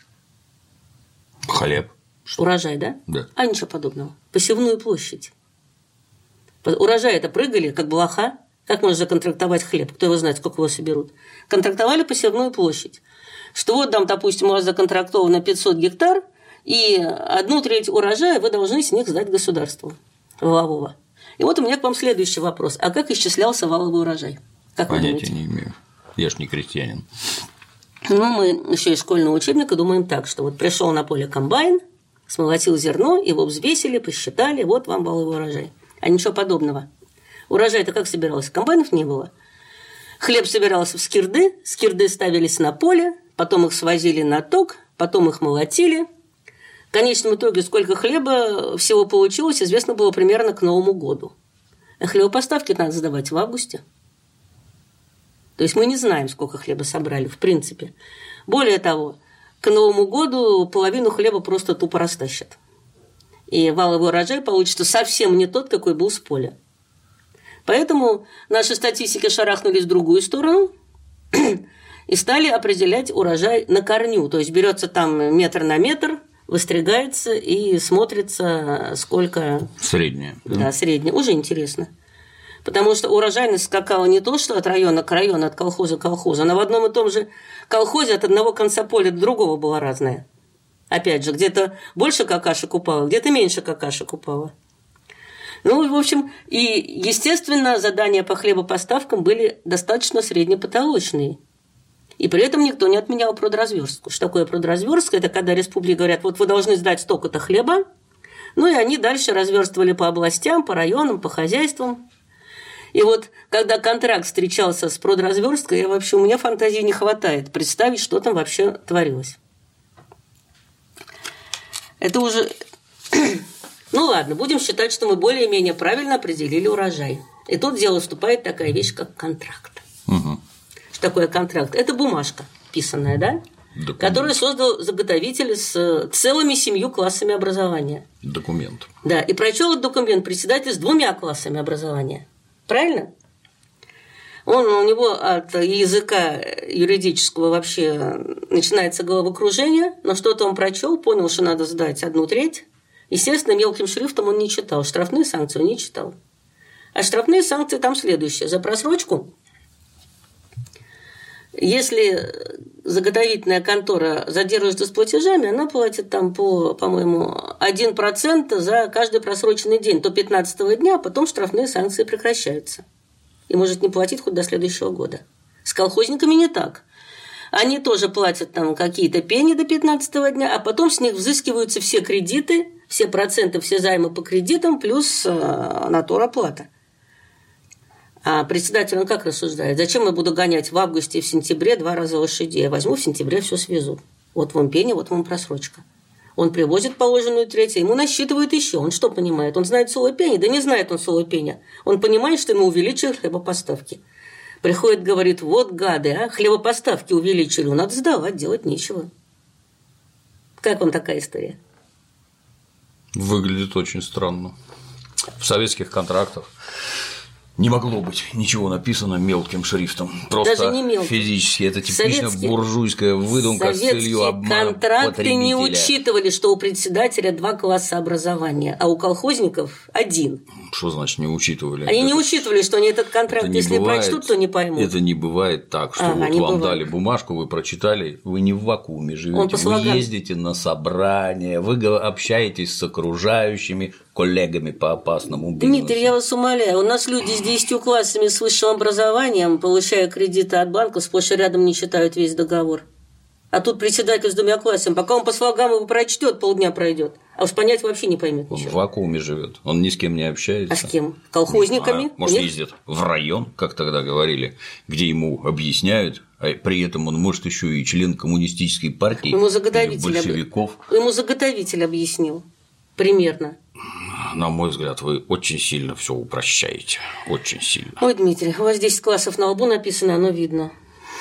Хлеб. Урожай, да? Да. А ничего подобного. Посевную площадь. Урожай-то прыгали, как блоха. Как можно законтрактовать хлеб? Кто его знает, сколько его соберут? Контрактовали посевную площадь. Что вот там, допустим, у вас законтрактовано 500 гектар, и 1/3 урожая вы должны с них сдать государству валового. И вот у меня к вам следующий вопрос. А как исчислялся валовый урожай? Как понятия не имею. Я ж не крестьянин. Мы еще из школьного учебника думаем так, что вот пришел на поле комбайн, Смолотил зерно, его взвесили, посчитали, вот вам валовый урожай. А ничего подобного. Урожай-то как собирался? Комбайнов не было. Хлеб собирался в скирды, скирды ставились на поле, потом их свозили на ток, потом их молотили. В конечном итоге, сколько хлеба всего получилось, известно было примерно к Новому году. А хлебопоставки надо сдавать в августе. То есть мы не знаем, сколько хлеба собрали, в принципе. Более того, к Новому году половину хлеба просто тупо растащат. И валовый урожай получится совсем не тот, какой был с поля. Поэтому наши статистики шарахнулись в другую сторону и стали определять урожай на корню. То есть берется там метр на метр, выстригается и смотрится, сколько... Среднее. Да, среднее. Уже интересно. Потому что урожайность скакала не то, что от района к району, от колхоза к колхозу. Она в одном и том же колхозе от одного конца поля до другого была разная. Опять же, где-то больше какашек упало, где-то меньше какашек упало. Ну, в общем, и, естественно, задания по хлебопоставкам были достаточно среднепотолочные. И при этом никто не отменял продразверстку. Что такое продразверстка? Это когда республики говорят, вот вы должны сдать столько-то хлеба, ну и они дальше разверстывали по областям, по районам, по хозяйствам. И вот, когда контракт встречался с продразверсткой, у меня фантазии не хватает представить, что там вообще творилось. Это уже... Ну ладно, будем считать, что мы более-менее правильно определили урожай. И тут в дело вступает такая вещь, как контракт. Угу. Что такое контракт? Это бумажка писанная, да? Документ. Которую создал заготовитель с целыми 7 классами образования. Документ. Да, и прочел этот документ председатель с 2 классами образования. Правильно? У него от языка юридического вообще начинается головокружение, но что-то он прочел, понял, что надо сдать 1/3. Естественно, мелким шрифтом он не читал, штрафные санкции он не читал. А штрафные санкции там следующие. За просрочку, если заготовительная контора задерживается с платежами, она платит там по-моему, 1% за каждый просроченный день до 15-го дня, а потом штрафные санкции прекращаются. И может не платить хоть до следующего года. С колхозниками не так. Они тоже платят там какие-то пени до 15-го дня, а потом с них взыскиваются все кредиты, все проценты, все займы по кредитам, плюс натуроплата. А председатель, он как рассуждает? Зачем я буду гонять в августе и в сентябре 2 раза лошадей? Я возьму в сентябре, все свезу. Вот вам пени, вот вам просрочка. Он привозит положенную треть, ему насчитывают еще. Он что понимает? Он знает соло пени? Да не знает он соло пени. Он понимает, что ему увеличили хлебопоставки. Приходит, говорит, вот гады, хлебопоставки увеличили, надо сдавать, делать нечего. Как вам такая история? Выглядит очень странно. В советских контрактах не могло быть ничего написано мелким шрифтом. Просто даже не мелким. Физически. Это типично буржуйская выдумка с целью обмана контракты потребителя. Не учитывали, что у председателя 2 класса образования, а у колхозников 1. Что значит не учитывали? Они не учитывали, что они этот контракт, если бывает, прочтут, то не поймут. Это не бывает так, что вот вам дали бумажку, вы прочитали, вы не в вакууме живете, вы ездите на собрания, вы общаетесь с окружающими, коллегами по опасному бизнесу. Дмитрий, я вас умоляю, у нас люди с 10 классами с высшим образованием, получая кредиты от банка, сплошь и рядом не читают весь договор. А тут председатель с 2 классами, пока он по слогам его прочтет, полдня пройдет, а уж понять вообще не поймет ничего. Он в вакууме живет, он ни с кем не общается. А с кем? Колхозниками? Может, ездит в район, как тогда говорили, где ему объясняют, а при этом он может еще и член коммунистической партии или большевиков. Ему заготовитель объяснил примерно. На мой взгляд, вы очень сильно все упрощаете. Очень сильно. Ой, Дмитрий, у вас 10 классов на лбу написано, оно видно.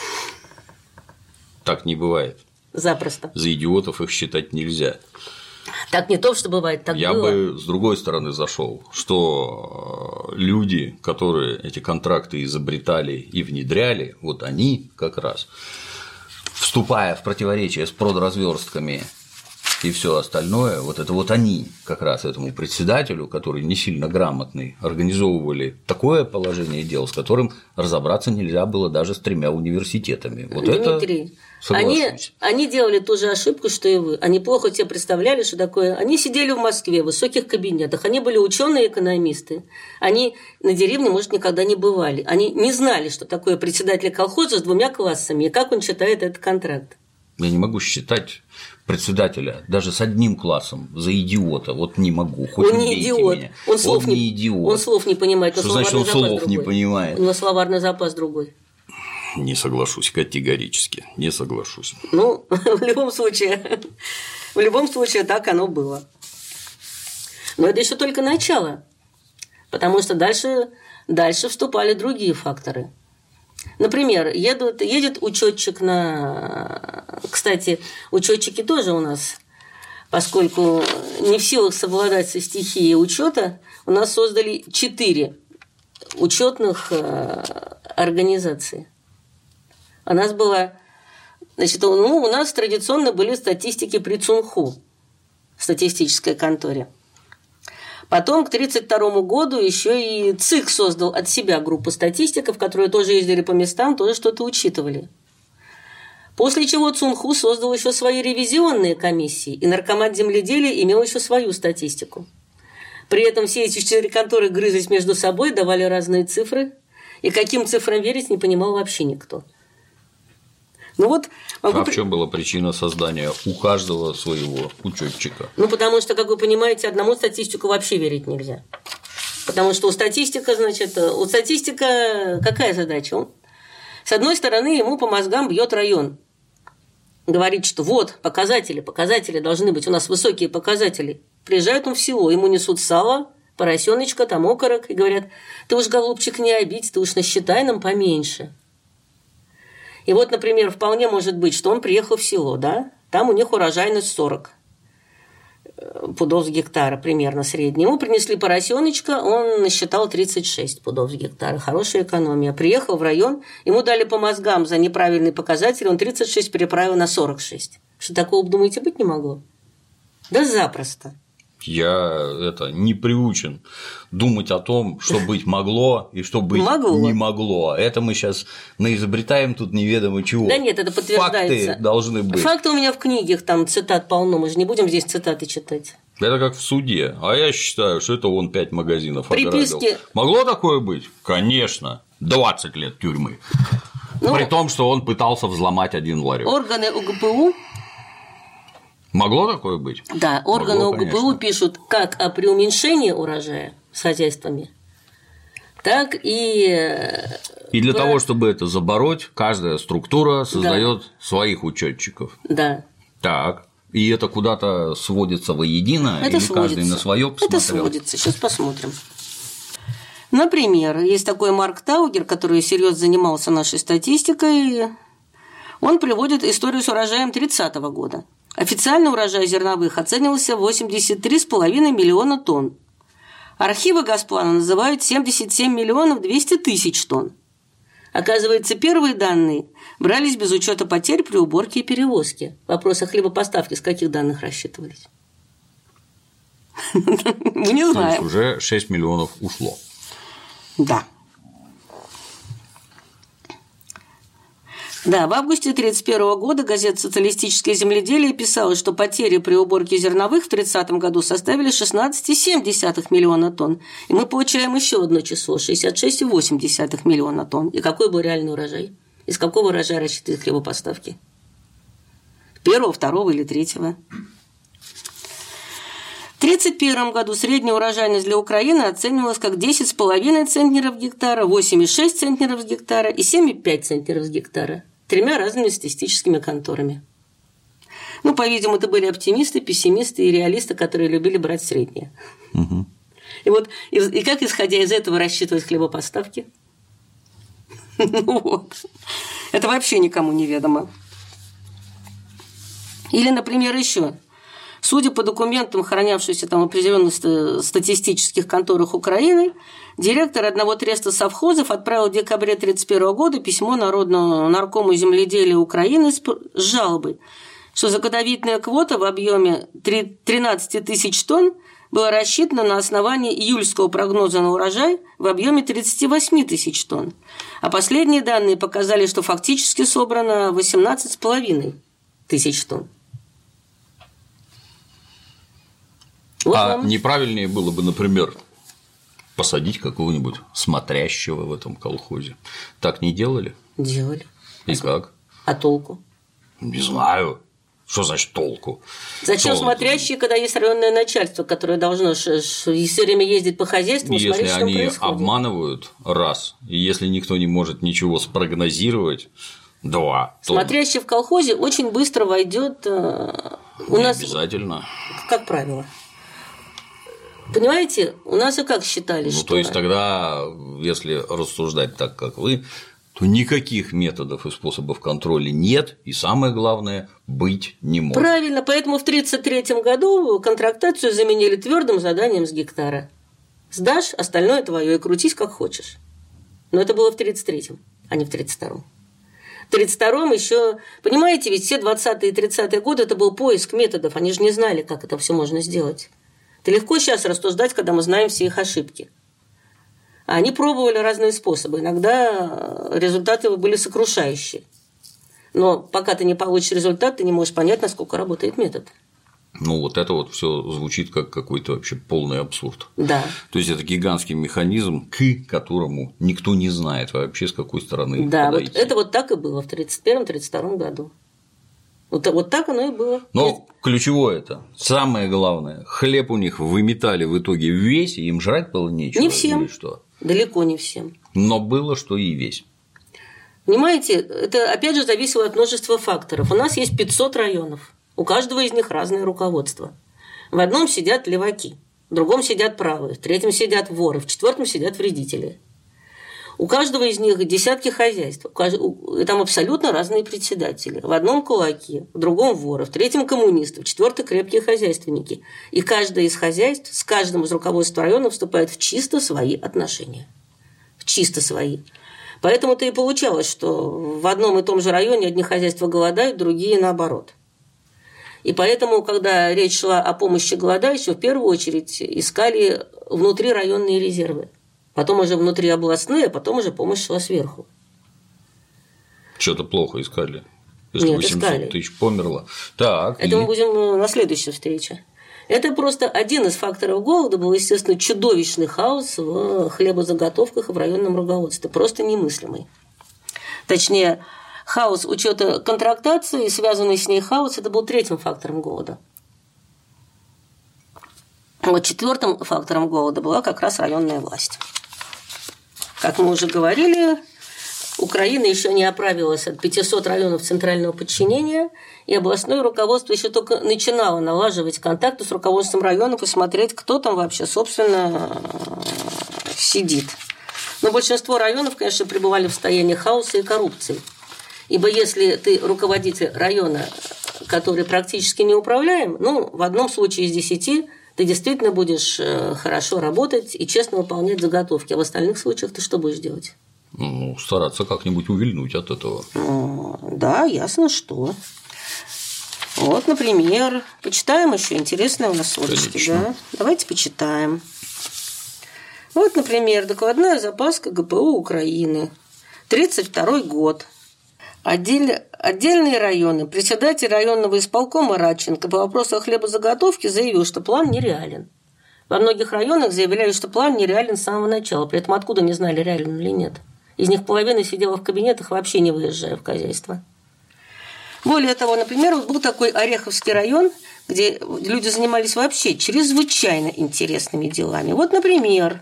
Так не бывает. Запросто. За идиотов их считать нельзя. Так не то, что бывает, так Я было. бы с другой стороны зашел, что люди, которые эти контракты изобретали и внедряли, вот они как раз, вступая в противоречие с продразверстками и все остальное, вот это вот они как раз этому председателю, который не сильно грамотный, организовывали такое положение дел, с которым разобраться нельзя было даже с 3 университетами. Вот Дмитрий, они делали ту же ошибку, что и вы. Они плохо себе представляли, что такое. Они сидели в Москве в высоких кабинетах, они были ученые-экономисты. Они на деревне, может, никогда не бывали. Они не знали, что такое председатель колхоза с 2 классами и как он читает этот контракт. Я не могу считать председателя даже с одним классом за идиота. Вот не могу. Хоть он не идиот. Меня. Он слов не идиот. Он слов не понимает. Что значит, он слов не понимает? У него словарный запас другой. Не соглашусь, категорически. Не соглашусь. Ну, в любом случае так оно было. Но это еще только начало. Потому что дальше вступали другие факторы. Например, едет учетчик на… Кстати, учетчики тоже у нас, поскольку не в силах совладать со стихией учета, у нас создали 4 учетных организации. У нас была… Значит, у нас традиционно были статистики при ЦУНХУ, статистической конторе. Потом к 1932 году еще и ЦИК создал от себя группу статистиков, которые тоже ездили по местам, тоже что-то учитывали. После чего ЦУНХУ создал еще свои ревизионные комиссии, и Наркомат земледелия имел еще свою статистику. При этом все эти 4 конторы грызлись между собой, давали разные цифры, и каким цифрам верить не понимал вообще никто. Ну вот, в чем была причина создания у каждого своего учетчика? Ну, потому что, как вы понимаете, одному статистику вообще верить нельзя. Потому что у статистика какая задача? С одной стороны, ему по мозгам бьет район. Говорит, что вот, показатели должны быть, у нас высокие показатели. Приезжает он в село, ему несут сало, поросеночка, там окорок, и говорят, ты уж, голубчик, не обидь, ты уж насчитай нам поменьше. И вот, например, вполне может быть, что он приехал в село, да, там у них урожайность 40 пудов с гектара примерно средняя. Ему принесли поросеночка, он насчитал 36 пудов с гектара. Хорошая экономия. Приехал в район, ему дали по мозгам за неправильный показатель, он 36 переправил на 46. Что такого, думаете, быть не могло? Да запросто. Я не приучен думать о том, что быть могло и что быть не могло. Это мы сейчас наизобретаем тут неведомо чего. Да нет, это подтверждается. Факты должны быть. Факты у меня в книгах, там цитат полно, мы же не будем здесь цитаты читать. Это как в суде. А я считаю, что это он 5 магазинов ограбил. Могло такое быть? Конечно. 20 лет тюрьмы. При том, что он пытался взломать один ларек. Органы УГПУ. Могло такое быть? Да, органы УГПУ пишут как о преуменьшении урожая с хозяйствами, так и… И для того, чтобы это забороть, каждая структура создает своих учетчиков. Да. Так. И это куда-то сводится воедино, или каждый на свое посмотрел? Это сводится, сейчас посмотрим. Например, есть такой Марк Таугер, который серьезно занимался нашей статистикой. Он приводит историю с урожаем 30-го года. Официальный урожай зерновых оценивался в 83,5 миллиона тонн. Архивы Госплана называют 77 миллионов 200 тысяч тонн. Оказывается, первые данные брались без учета потерь при уборке и перевозке. Вопрос о хлебопоставке с каких данных рассчитывались? Мы не знаем. То есть уже 6 миллионов ушло. Да. Да, в августе 1931 года газета «Социалистическое земледелие» писала, что потери при уборке зерновых в 1930 году составили 16,7 миллиона тонн. И мы получаем еще одно число – 66,8 миллиона тонн. И какой был реальный урожай? Из какого урожая рассчитывают хлебопоставки? Первого, второго или третьего? В 1931 году средняя урожайность для Украины оценивалась как 10,5 центнеров с гектара, 8,6 центнеров с гектара и 7,5 центнеров с гектара. 3 разными статистическими конторами. Ну, по-видимому, это были оптимисты, пессимисты и реалисты, которые любили брать среднее. Угу. И вот, и как, исходя из этого, рассчитывать хлебопоставки? Ну вот. Это вообще никому не ведомо. Или, например, еще. Судя по документам, хранявшимся там в определенных статистических конторах Украины, директор одного треста совхозов отправил в декабре 1931 года письмо Народному наркому земледелия Украины с жалобой, что заготовительная квота в объеме 13 тысяч тонн была рассчитана на основании июльского прогноза на урожай в объеме 38 тысяч тонн, а последние данные показали, что фактически собрано 18,5 тысяч тонн. Вот неправильнее было бы, например, посадить какого-нибудь смотрящего в этом колхозе. Так не делали? Делали. И как? А толку? Не знаю. Что значит толку? Зачем смотрящие, когда есть районное начальство, которое должно все время ездить по хозяйству и смотреть, что происходит? Если они обманывают, раз, и если никто не может ничего спрогнозировать, два. Смотрящий в колхозе очень быстро войдет. У нас обязательно. Как правило. Понимаете, у нас и как считали, что… То есть тогда, если рассуждать так, как вы, то никаких методов и способов контроля нет, и самое главное – быть не может. Правильно, поэтому в 1933 году контрактацию заменили твердым заданием с гектара. Сдашь, остальное твое, и крутись как хочешь. Но это было в 1933-м, а не в 1932-м. В 1932-м еще, понимаете, ведь все 20-е и 30-е годы это был поиск методов, они же не знали, как это все можно сделать. Это легко сейчас рассуждать, когда мы знаем все их ошибки. А они пробовали разные способы. Иногда результаты были сокрушающие. Но пока ты не получишь результат, ты не можешь понять, насколько работает метод. Вот это вот все звучит как какой-то вообще полный абсурд. Да. То есть это гигантский механизм, к которому никто не знает вообще, с какой стороны подойти. Да, это вот так и было в 1931-1932 году. Вот так оно и было. Но ключевое это, самое главное, хлеб у них выметали в итоге весь, и им жрать было нечего. Не всем. Или что? Далеко не всем. Но было, что и весь. Понимаете, это опять же зависело от множества факторов. У нас есть 500 районов. У каждого из них разное руководство. В одном сидят леваки, в другом сидят правые, в третьем сидят воры, в четвертом сидят вредители. У каждого из них десятки хозяйств, там абсолютно разные председатели. В одном кулаки, в другом воры, в третьем коммунисты, в четвертом крепкие хозяйственники. И каждое из хозяйств с каждым из руководства района вступает в чисто свои отношения. В чисто свои. Поэтому-то и получалось, что в одном и том же районе одни хозяйства голодают, другие наоборот. И поэтому, когда речь шла о помощи голодающим, в первую очередь искали внутрирайонные резервы. Потом уже внутри областные, а потом уже помощь шла сверху. Что-то плохо искали. Если Нет, 800 искали. тысяч померло. Так, это мы будем на следующей встрече. Это просто один из факторов голода был, естественно, чудовищный хаос в хлебозаготовках и в районном руководстве. Просто немыслимый. Точнее, хаос учета контрактации и связанный с ней хаос – это был третьим фактором голода. Вот четвертым фактором голода была как раз районная власть. Как мы уже говорили, Украина еще не оправилась от 500 районов центрального подчинения, и областное руководство еще только начинало налаживать контакты с руководством районов и смотреть, кто там вообще, собственно, сидит. Но большинство районов, конечно, пребывали в состоянии хаоса и коррупции. Ибо если ты руководитель района, который практически не управляем, в одном случае из 10 ты действительно будешь хорошо работать и честно выполнять заготовки, а в остальных случаях ты что будешь делать? Стараться как-нибудь увильнуть от этого. Да, ясно, что. Вот, например, почитаем еще интересное у нас сводочки. Да? Давайте почитаем. Вот, например, докладная запаска ГПУ Украины. 1932 год. Отдельные районы. Председатель районного исполкома Радченко по вопросу хлебозаготовки заявил, что план нереален. Во многих районах заявляют, что план нереален с самого начала. При этом откуда не знали, реален или нет. Из них половина сидела в кабинетах, вообще не выезжая в хозяйство. Более того, например, вот был такой Ореховский район, где люди занимались вообще чрезвычайно интересными делами. Вот, например,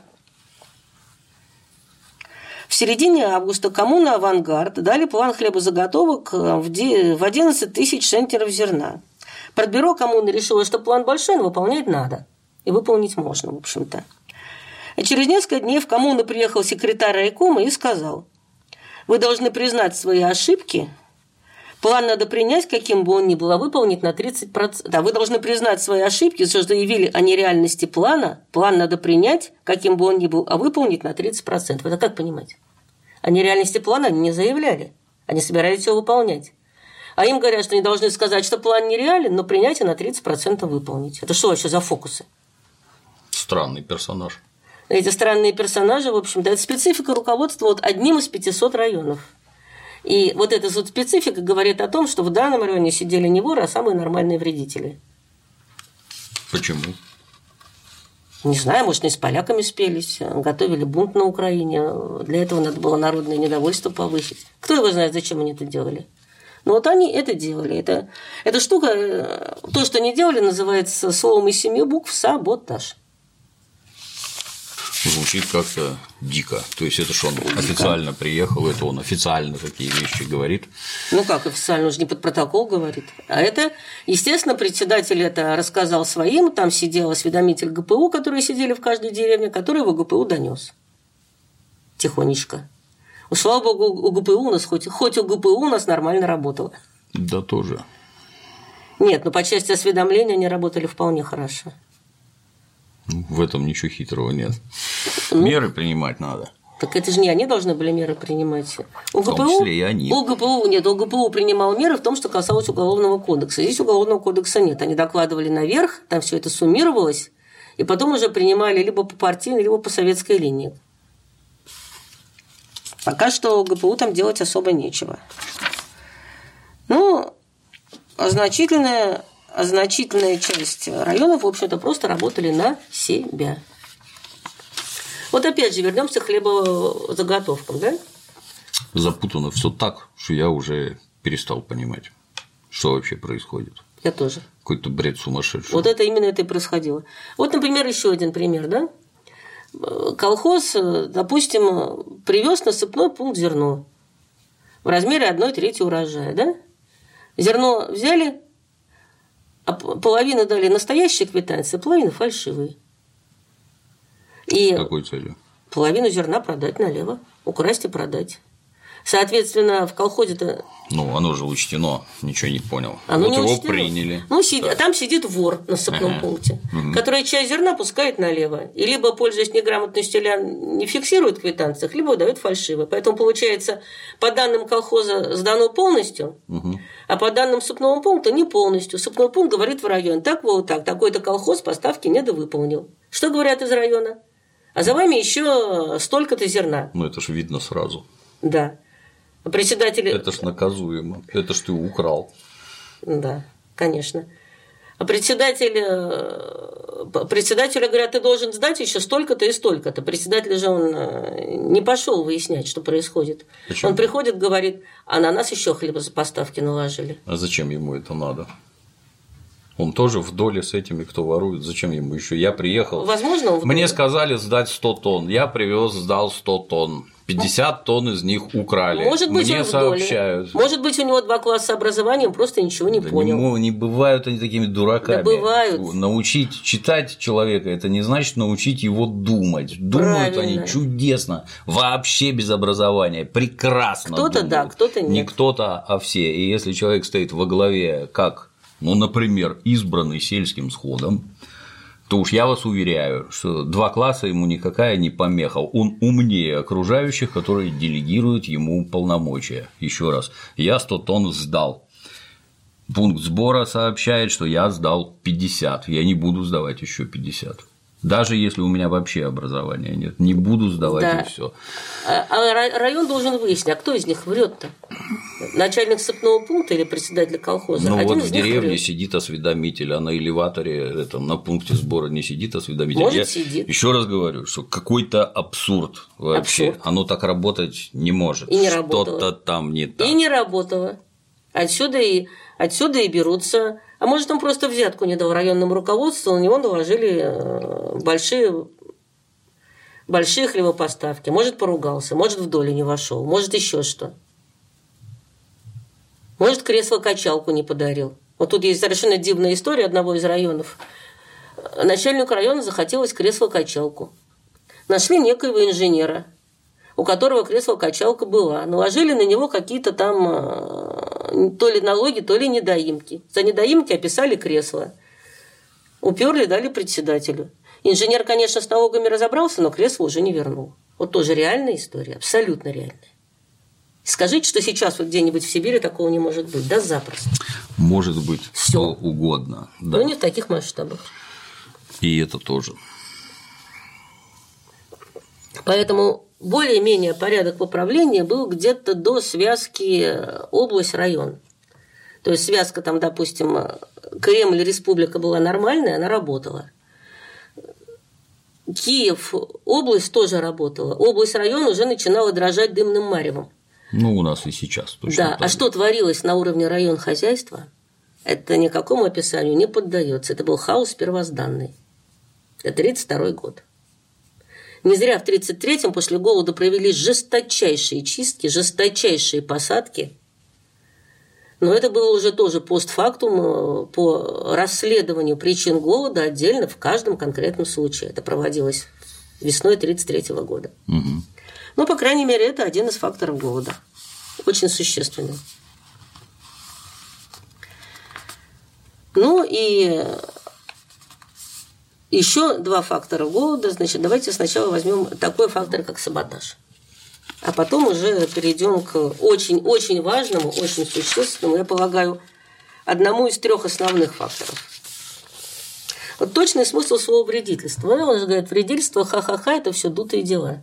в середине августа коммуна «Авангард» дали план хлебозаготовок в 11 тысяч центнеров зерна. Партбюро коммуны решило, что план большой, но выполнять надо. И выполнить можно, в общем-то. И через несколько дней в коммуну приехал секретарь райкома и сказал: вы должны признать свои ошибки, план надо принять, каким бы он ни был, а выполнить на 30%. Да, вы должны признать свои ошибки, что заявили о нереальности плана, план надо принять, каким бы он ни был, а выполнить на 30%. Это как понимать? О нереальности плана они не заявляли, они собирались его выполнять. А им говорят, что они должны сказать, что план нереален, но принять и на 30% выполнить. Это что вообще за фокусы? Странный персонаж. Эти странные персонажи, в общем-то, это специфика руководства вот одним из 500 районов. И вот эта вот специфика говорит о том, что в данном районе сидели не воры, а самые нормальные вредители. Почему? Не знаю, может, они с поляками спелись, готовили бунт на Украине. Для этого надо было народное недовольство повысить. Кто его знает, зачем они это делали? Но вот они это делали. Эта штука, то, что они делали, называется словом из 7 букв «саботаж». Звучит как-то дико. То есть это что, он официально приехал, это он официально такие вещи говорит. Ну как официально, он же не под протокол говорит. А это, естественно, председатель это рассказал своим, там сидел осведомитель ГПУ, которые сидели в каждой деревне, который его ГПУ донес. Тихонечко. Слава богу, у ГПУ у нас, хоть у ГПУ у нас нормально работало. Да тоже. Нет, но по части осведомления они работали вполне хорошо. В этом ничего хитрого нет. Меры принимать надо. Так это же не они должны были меры принимать. В том числе и они. У ГПУ принимал меры в том, что касалось Уголовного кодекса. Здесь Уголовного кодекса нет. Они докладывали наверх, там все это суммировалось, и потом уже принимали либо по партийной, либо по советской линии. Пока что ГПУ там делать особо нечего. Ну, значительная часть районов, в общем-то, просто работали на себя. Вот опять же, вернемся к хлебозаготовкам, да? Запутано все так, что я уже перестал понимать, что вообще происходит. Я тоже. Какой-то бред сумасшедший. Вот это именно это и происходило. Вот, например, еще один пример, да? Колхоз, допустим, привез на сыпной пункт зерно в размере 1/3 урожая, да? Зерно взяли, а половину дали настоящие квитанции, половину фальшивые. И с какой целью? Половину зерна продать налево, украсть и продать. Соответственно, в колхозе-то… Ну, оно же учтено, ничего не понял. Оно вот не его учтено. приняли. Ну, там сидит вор на сыпном пункте, который часть зерна пускает налево. И либо, пользуясь неграмотностью, не фиксирует в квитанциях, либо выдает фальшиво. Поэтому, получается, по данным колхоза сдано полностью, а по данным сыпного пункта не полностью. Сыпной пункт говорит в районе: так, вот так, такой-то колхоз поставки недовыполнил. Что говорят из района? А за вами еще столько-то зерна. Ну, это же видно сразу. Да. Председатель… Это ж наказуемо. Это ж ты украл. Да, конечно. А председателю говорят: ты должен сдать еще столько-то и столько-то. Председатель же он не пошел выяснять, что происходит. Почему? Он приходит, говорит: а на нас еще хлебопоставки наложили. А зачем ему это надо? Он тоже в доле с этими, кто ворует. Зачем ему еще? Я приехал. Возможно, он в доле. Мне сказали сдать 100 тонн. Я привез, сдал 100 тонн. 50 тонн из них украли. Может быть, мне он в сообщают. доле. Может быть, у него 2 класса образования, он просто ничего не понял. Не бывают они такими дураками. Да бывают. Научить читать человека – это не значит научить его думать. Думают Правильно. они чудесно, вообще без образования, прекрасно. Кто-то думают. да, кто-то нет. Не кто-то, а все. И если человек стоит во главе, как, например, избранный сельским сходом, то уж я вас уверяю, что 2 класса ему никакая не помеха. Он умнее окружающих, которые делегируют ему полномочия. Еще раз, я 100 тонн сдал. Пункт сбора сообщает, что я сдал 50. Я не буду сдавать еще 50. Даже если у меня вообще образования нет, не буду сдавать, да. И все. А район должен выяснить, а кто из них врет-то? Начальник сыпного пункта или председатель колхоза? Ну Один вот из в них деревне врет. сидит осведомитель, а на элеваторе, на пункте сбора не сидит осведомитель. Может, сидит. Еще раз говорю, что какой-то абсурд вообще. Абсурд. Оно так работать не может. И не работало. Что-то там не так. И не работало. Отсюда и берутся. А может, он просто взятку не дал районному руководству, на него наложили большие хлебопоставки. Может, поругался, может, в долю не вошел, может, еще что. Может, кресло-качалку не подарил. Вот тут есть совершенно дивная история одного из районов. Начальнику района захотелось кресло-качалку. Нашли некоего инженера, у которого кресло-качалка была. Наложили на него какие-то там то ли налоги, то ли недоимки. За недоимки описали кресло. Уперли, дали председателю. Инженер, конечно, с налогами разобрался, но кресло уже не вернул. Вот тоже реальная история, абсолютно реальная. Скажите, что сейчас вот где-нибудь в Сибири такого не может быть. Да запросто. Может быть, Всё. что угодно. Да. Но не в таких масштабах. И это тоже. Поэтому более-менее порядок управления был где-то до связки область-район. То есть связка там, допустим, Кремль, республика была нормальная, она работала. Киев, область тоже работала. Область-район уже начинала дрожать дымным маревом. Ну, у нас и сейчас точно Да, так а же. что творилось на уровне районхозяйства, это никакому описанию не поддается. Это был хаос первозданный. Это 1932 год. Не зря в 1933-м после голода провели жесточайшие чистки, жесточайшие посадки. Но это было уже тоже постфактум по расследованию причин голода отдельно в каждом конкретном случае. Это проводилось весной 1933 года. Угу. Но, по крайней мере, это один из факторов голода. Очень существенный. Ну и еще два фактора голода. Значит, давайте сначала возьмем такой фактор, как саботаж. А потом уже перейдем к очень-очень важному, очень существенному, я полагаю, одному из трех основных факторов. Вот точный смысл слова вредительство. Он же говорит, вредительство, ха-ха-ха, это все дутые дела.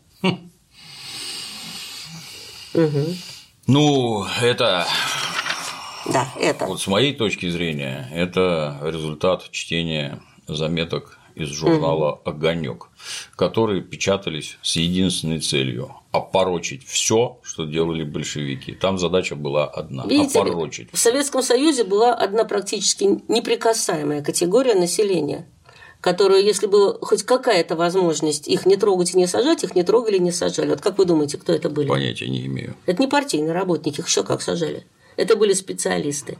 Угу. Ну, это... Да, это. Вот с моей точки зрения, это результат чтения заметок из журнала «Огонёк», которые печатались с единственной целью – опорочить все, что делали большевики. Там задача была одна – опорочить. В Советском Союзе была одна практически неприкасаемая категория населения, которую, если была хоть какая-то возможность их не трогать и не сажать, их не трогали и не сажали. Вот как вы думаете, кто это были? Понятия не имею. Это не партийные работники, их еще как сажали. Это были специалисты.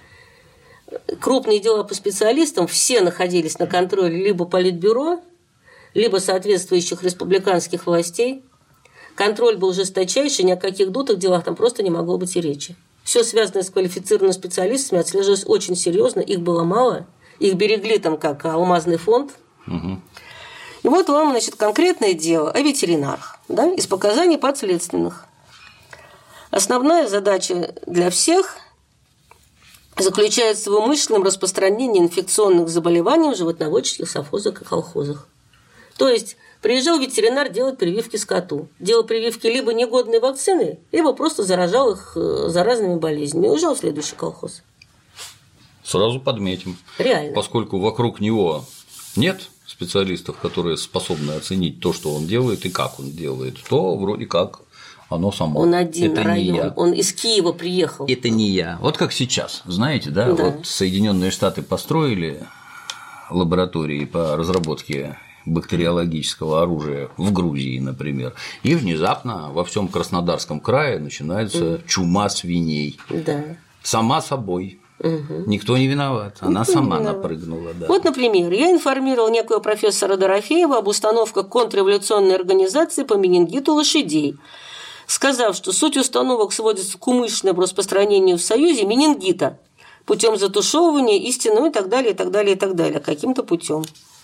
Крупные дела по специалистам все находились на контроле либо Политбюро, либо соответствующих республиканских властей. Контроль был жесточайший, ни о каких дутых делах там просто не могло быть и речи. Все связанное с квалифицированными специалистами отслеживалось очень серьезно, их было мало, их берегли там как алмазный фонд. Угу. И вот вам, значит, конкретное дело о ветеринарах, да, из показаний подследственных. Основная задача для всех заключается в умышленном распространении инфекционных заболеваний в животноводческих совхозах и колхозах. То есть приезжал ветеринар делать прививки скоту. Делал прививки либо негодной вакцины, либо просто заражал их заразными болезнями и уезжал в следующий колхоз. Сразу подметим. Реально. Поскольку вокруг него нет специалистов, которые способны оценить то, что он делает и как он делает, то вроде как оно само. Он один это район, не я. Он из Киева приехал. Это не я. Вот как сейчас, знаете, да? Да. Вот Соединенные Штаты построили лаборатории по разработке бактериологического оружия в Грузии, например, и внезапно во всем Краснодарском крае начинается чума свиней. Да. Сама собой. Угу. Никто не виноват. Она сама напрыгнула. Да. Вот, например, я информировал некого профессора Дорофеева об установках контрреволюционной организации по менингиту лошадей, сказав, что суть установок сводится к умышленному распространению в Союзе менингита путем затушевывания истины, ну и так далее, и так далее, и так далее, каким-то путем.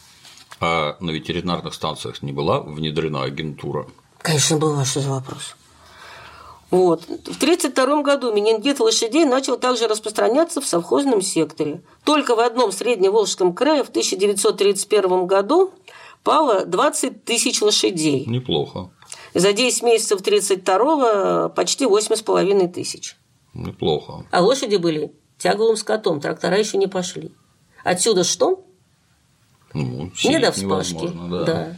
А на ветеринарных станциях не была внедрена агентура? Конечно, была, что за вопрос. Вот. В 1932 году менингит лошадей начал также распространяться в совхозном секторе. Только в одном Средневолжском крае в 1931 году пало 20 тысяч лошадей. Неплохо. За 10 месяцев 1932-го почти 8,5 тысяч. Неплохо. А лошади были тяглым скотом, трактора еще не пошли. Отсюда что? Ну, не до вспашки. Да.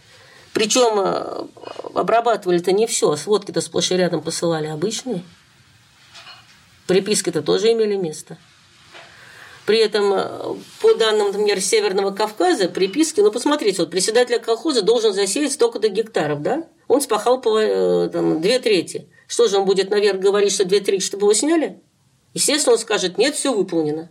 Причем обрабатывали-то не все, а сводки-то сплошь и рядом посылали обычные. Приписки-то тоже имели место. При этом, по данным, например, Северного Кавказа, приписки, ну, посмотрите, вот председатель колхоза должен засеять столько-то гектаров, да? Он спахал 2/3. Что же, он будет наверх говорить, что 2/3, чтобы его сняли? Естественно, он скажет, нет, все выполнено.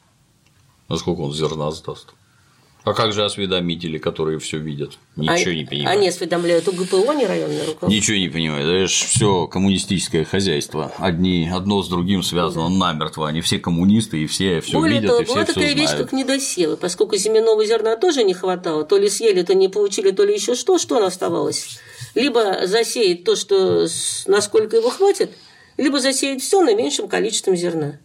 А сколько он зерна сдаст? А как же осведомители, которые все видят? Ничего не понимают. Они осведомляют УГПО, не районное руководство. Ничего не понимают. Это же все коммунистическое хозяйство. Одно с другим связано намертво. Они все коммунисты и все видят, того, и все была все такая вещь, знают. как недосевы. Поскольку семенного зерна тоже не хватало, то ли съели, то не получили, то ли еще что оно оставалось? Либо засеять то, что насколько его хватит, либо засеять все на меньшем количестве зерна.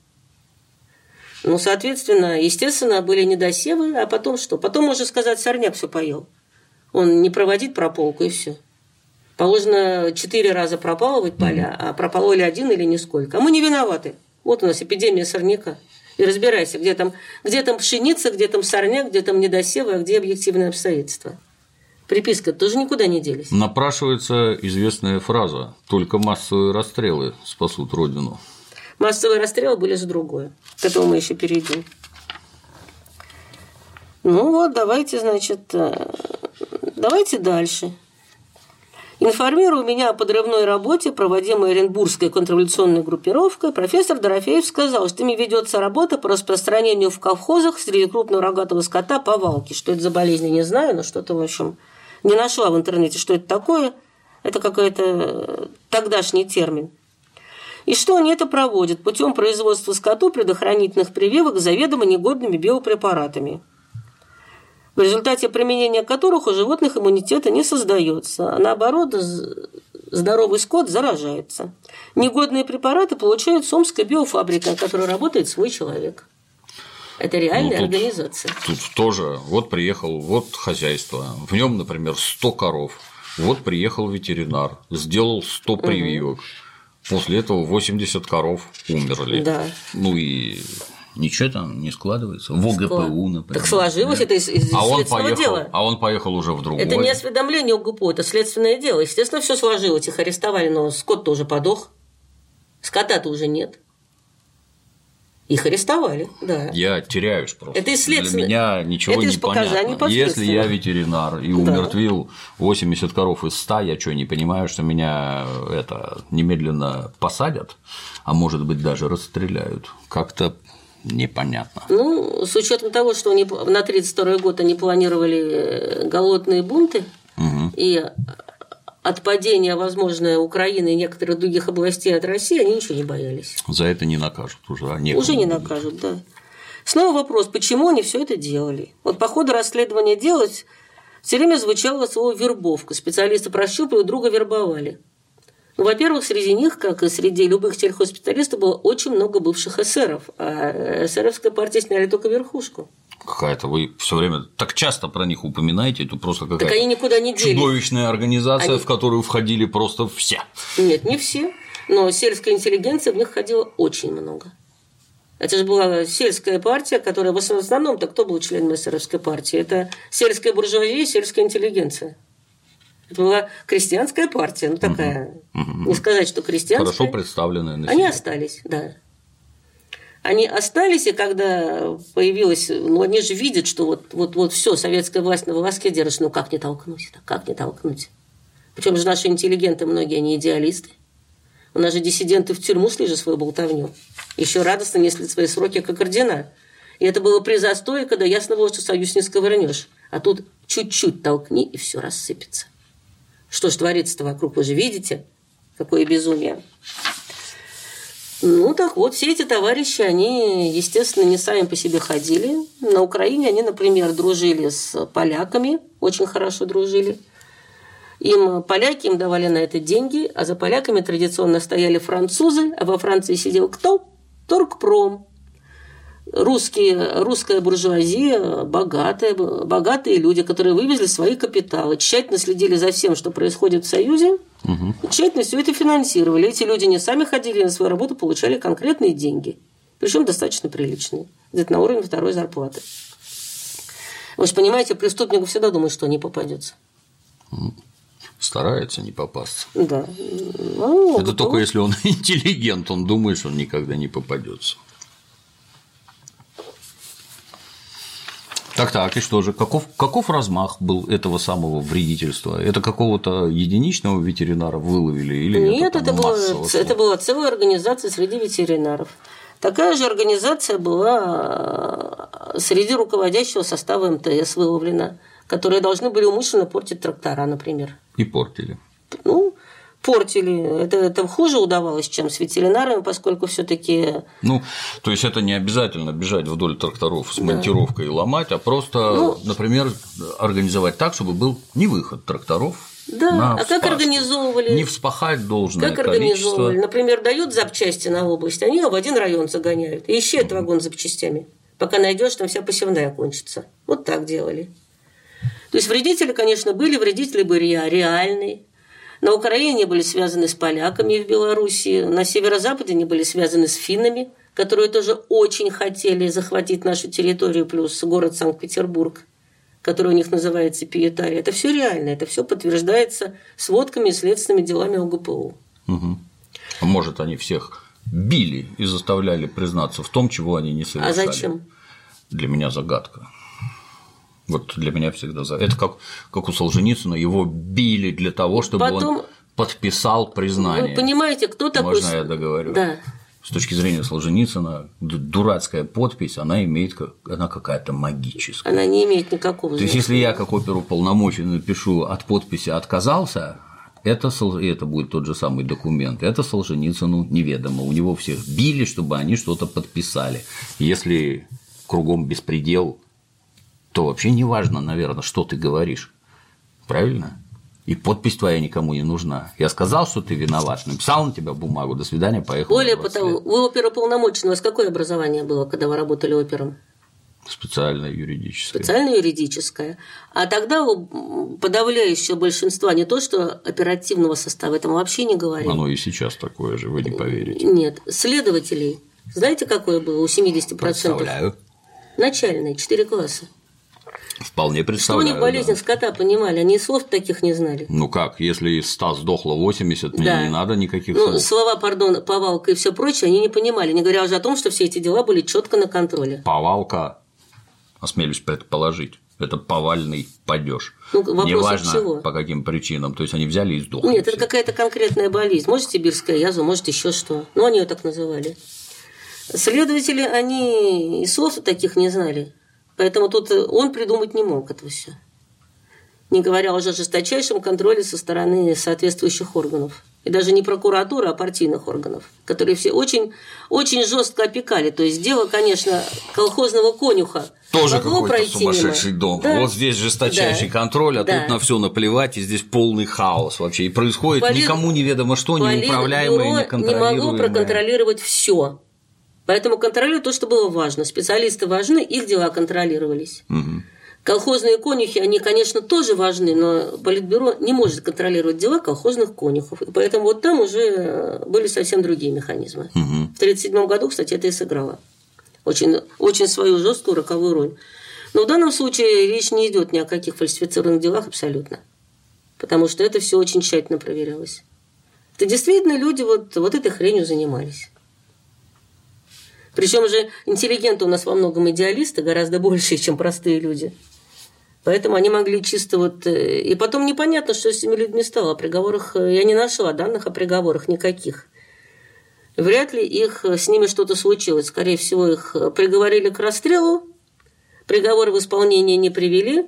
Ну, соответственно, естественно, были недосевы, а потом что? Потом, можно сказать, сорняк все поел. Он не проводит прополку, и все. Положено 4 раза пропалывать поля, а пропололи 1 или нисколько. А мы не виноваты. Вот у нас эпидемия сорняка. И разбирайся, где там пшеница, где там сорняк, где там недосевы, а где объективные обстоятельства. Приписка тоже никуда не делись. Напрашивается известная фраза: только массовые расстрелы спасут Родину. Массовые расстрелы были же другое. К этому мы еще перейдем. Ну вот, давайте дальше. Информируя меня о подрывной работе, проводимой Оренбургской контрреволюционной группировкой, профессор Дорофеев сказал, что ими ведется работа по распространению в колхозах среди крупного рогатого скота повалки. Что это за болезнь, я не знаю, но что-то, в общем, не нашла в интернете, что это такое. Это какой-то тогдашний термин. И что они это проводят путем производства скоту предохранительных прививок с заведомо негодными биопрепаратами, в результате применения которых у животных иммунитета не создается, а наоборот, здоровый скот заражается. Негодные препараты получают с Омской биофабрикой, на которой работает свой человек. Это реальная организация. Тут тоже, вот приехал, вот хозяйство, в нем, например, 100 коров, вот приехал ветеринар, сделал 100 прививок, после этого 80 коров умерли. Да. Ну и ничего там не складывается. В ОГПУ, например. Так сложилось, это из следственного дела. А он поехал уже в другой. Это не осведомление ОГПУ, это следственное дело. Естественно, все сложилось, их арестовали, но скот-то уже подох. Скота-то уже нет. Их арестовали, да. Я теряюсь просто. Это исследствие. Для меня ничего это не понятно. Если я ветеринар и умертвил 80 коров из 100, я что, не понимаю, что меня немедленно посадят, а может быть даже расстреляют? Как-то непонятно. Ну, с учетом того, что на 1932 год они планировали голодные бунты, и отпадение, возможное, Украины и некоторых других областей от России, они ничего не боялись. За это не накажут уже. Уже не накажут, да. Снова вопрос, почему они все это делали? Вот по ходу расследования дела все время звучало слово «вербовка». Специалисты прощупали, друга вербовали. Ну, во-первых, среди них, как и среди любых сельхозспециалистов, было очень много бывших эсеров, а эсеровская партия сняли только верхушку. Какая-то вы все время так часто про них упоминаете, это просто какая-то так они никуда не делись. Чудовищная организация, в которую входили просто все. Нет, не все, но сельская интеллигенция в них входила очень много. Это же была сельская партия, которая в основном-то кто был членом эсеровской партии? Это сельская буржуазия и сельская интеллигенция. Это была крестьянская партия, ну такая, не сказать, что крестьянская. Хорошо представленная. Они остались, да. Они остались, и когда появилось, ну они же видят, что вот все, советская власть на волоске держит, ну как не толкнуть, как не толкнуть. Причем же наши интеллигенты, многие, они идеалисты. У нас же диссиденты в тюрьму шли же свою болтовню. Еще радостно несли свои сроки как ордена. И это было при застое, когда ясно было, что союз не сковырнешь. А тут чуть-чуть толкни, и все рассыпется. Что ж творится-то вокруг, вы же видите, какое безумие. Ну, так вот, все эти товарищи, они, естественно, не сами по себе ходили. На Украине они, например, дружили с поляками, очень хорошо дружили. Поляки им давали на это деньги, а за поляками традиционно стояли французы, а во Франции сидел кто? Торгпром. Русская буржуазия, богатые люди, которые вывезли свои капиталы, тщательно следили за всем, что происходит в Союзе, и тщательно все это финансировали. Эти люди не сами ходили на свою работу, получали конкретные деньги, причем достаточно приличные, где-то на уровне второй зарплаты. Вы же понимаете, преступник всегда думает, что не попадется. Старается не попасться. Да. Это только если он интеллигент, он думает, что он никогда не попадется. Так, и что же? Каков размах был этого самого вредительства? Это какого-то единичного ветеринара выловили? Или нет, это была целая организация среди ветеринаров. Такая же организация была среди руководящего состава МТС выловлена, которые должны были умышленно портить трактора, например. И портили. Ну, портили. Это хуже удавалось, чем с ветеринарами, поскольку все-таки. Ну, то есть это не обязательно бежать вдоль тракторов с монтировкой и ломать, а просто, например, организовать так, чтобы был не выход тракторов. Да, а как организовывали? Не вспахать должное количество. Например, дают запчасти на область, они в один район загоняют. И ищи этот вагон с запчастями. Пока найдешь, там вся посевная кончится. Вот так делали. То есть вредители, конечно, вредители были реальные. На Украине они были связаны с поляками в Белоруссии, на северо-западе они были связаны с финнами, которые тоже очень хотели захватить нашу территорию, плюс город Санкт-Петербург, который у них называется пиетарий, это все реально, это все подтверждается сводками и следственными делами ОГПУ. Угу. А может, они всех били и заставляли признаться в том, чего они не совершали? А зачем? Для меня загадка. Вот для меня всегда загадка. Это как у Солженицына, его били для того, чтобы он подписал признание. Вы понимаете, кто такой… Можно я договорю? Да. С точки зрения Солженицына, дурацкая подпись, она какая-то магическая. Она не имеет никакого значения. То есть, если я как оперуполномоченный напишу от подписи «отказался», это будет тот же самый документ. Это Солженицыну неведомо. У него всех били, чтобы они что-то подписали. Если кругом беспредел, то вообще не важно, наверное, что ты говоришь. Правильно? И подпись твоя никому не нужна. Я сказал, что ты виноват, написал на тебя бумагу, до свидания, поехал. Более того, вы оперуполномоченный, у вас какое образование было, когда вы работали опером? Специальное юридическое. Специальное юридическое. А тогда у подавляющего большинства не то, что оперативного состава, этому вообще не говорили. Оно и сейчас такое же, вы не поверите. Нет. Следователей, знаете, какое было у 70%? Представляю. Начальные, 4 класса. Вполне представляю. Что у них болезнь скота понимали, они и слов таких не знали. Ну как, если из 100 сдохло 80, мне не надо никаких слов. Слова, повалка и все прочее, они не понимали, не говоря уже о том, что все эти дела были четко на контроле. Повалка, осмелюсь предположить, это повальный падеж. Неважно чего? По каким причинам, то есть они взяли и сдохли. Нет, это какая-то конкретная болезнь, может сибирская язва, может еще что, но они ее так называли. Следователи, они и слов таких не знали. Поэтому тут он придумать не мог это все. Не говоря уже о жесточайшем контроле со стороны соответствующих органов. И даже не прокуратуры, а партийных органов, которые все очень, очень жестко опекали. То есть дело, конечно, колхозного конюха тоже какой-то сумасшедший дом. Да. Вот здесь жесточайший контроль, а тут на все наплевать, и здесь полный хаос вообще. И происходит никому неведомо что, неуправляемое, неконтролируемое. Не могло проконтролировать все. Поэтому контролировать то, что было важно. Специалисты важны, их дела контролировались. Угу. Колхозные конюхи, они, конечно, тоже важны, но Политбюро не может контролировать дела колхозных конюхов. И поэтому вот там уже были совсем другие механизмы. Угу. В 1937 году, кстати, это и сыграло очень, очень свою жесткую роковую роль. Но в данном случае речь не идет ни о каких фальсифицированных делах абсолютно. Потому что это все очень тщательно проверялось. Это действительно люди вот этой хренью занимались. Причем же интеллигенты у нас во многом идеалисты, гораздо больше, чем простые люди. Поэтому они могли чисто И потом непонятно, что с этими людьми стало. О приговорах я не нашла данных о приговорах никаких. Вряд ли с ними что-то случилось. Скорее всего, их приговорили к расстрелу, приговор в исполнение не привели,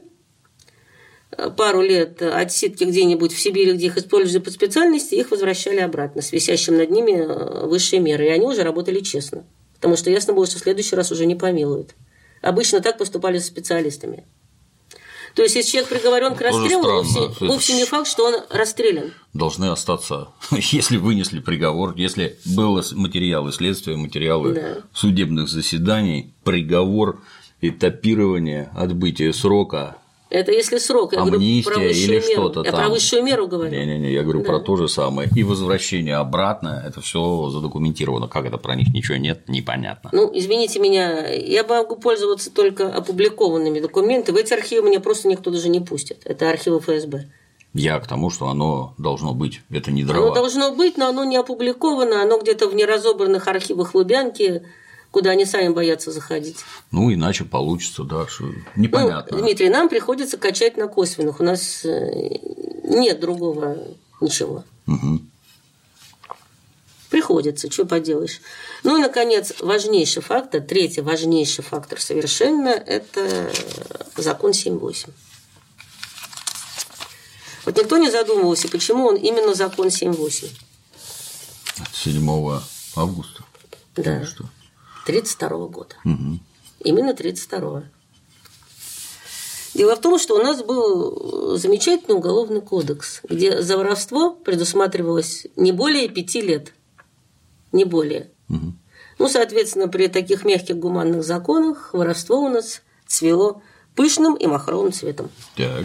пару лет отсидки где-нибудь в Сибири, где их использовали по специальности, их возвращали обратно с висящим над ними высшей мерой. И они уже работали честно. Потому что ясно было, что в следующий раз уже не помилуют. Обычно так поступали с специалистами. То есть, если человек приговорен к расстрелу, вовсе не факт, что он расстрелян. Должны остаться, если вынесли приговор, если было материалы следствия, материалы судебных заседаний, приговор, этапирование, отбытие срока. Это если срок, я амнистия говорю про высшую или меру. что-то Я там. про высшую меру говорю. Не-не-не, я говорю про то же самое. И возвращение обратно, это все задокументировано. Как это, про них ничего нет, непонятно. Ну, извините меня, я могу пользоваться только опубликованными документами. В эти архивы меня просто никто даже не пустит. Это архивы ФСБ. Я к тому, что оно должно быть, это не дрова. Оно должно быть, но оно не опубликовано, оно где-то в неразобранных архивах Лубянки, куда они сами боятся заходить. Ну, иначе получится, да, что непонятно. Ну, Дмитрий, нам приходится качать на косвенных, у нас нет другого ничего. Угу. Приходится, что поделаешь. Ну и, наконец, важнейший фактор, третий важнейший фактор совершенно – это закон 7.8. Вот никто не задумывался, почему он именно закон 7.8. 7 августа? Да. 1932 года. Угу. Именно 1932. Дело в том, что у нас был замечательный уголовный кодекс, где за воровство предусматривалось не более 5 лет. Не более. Угу. Ну, соответственно, при таких мягких гуманных законах воровство у нас цвело пышным и махровым цветом. Так.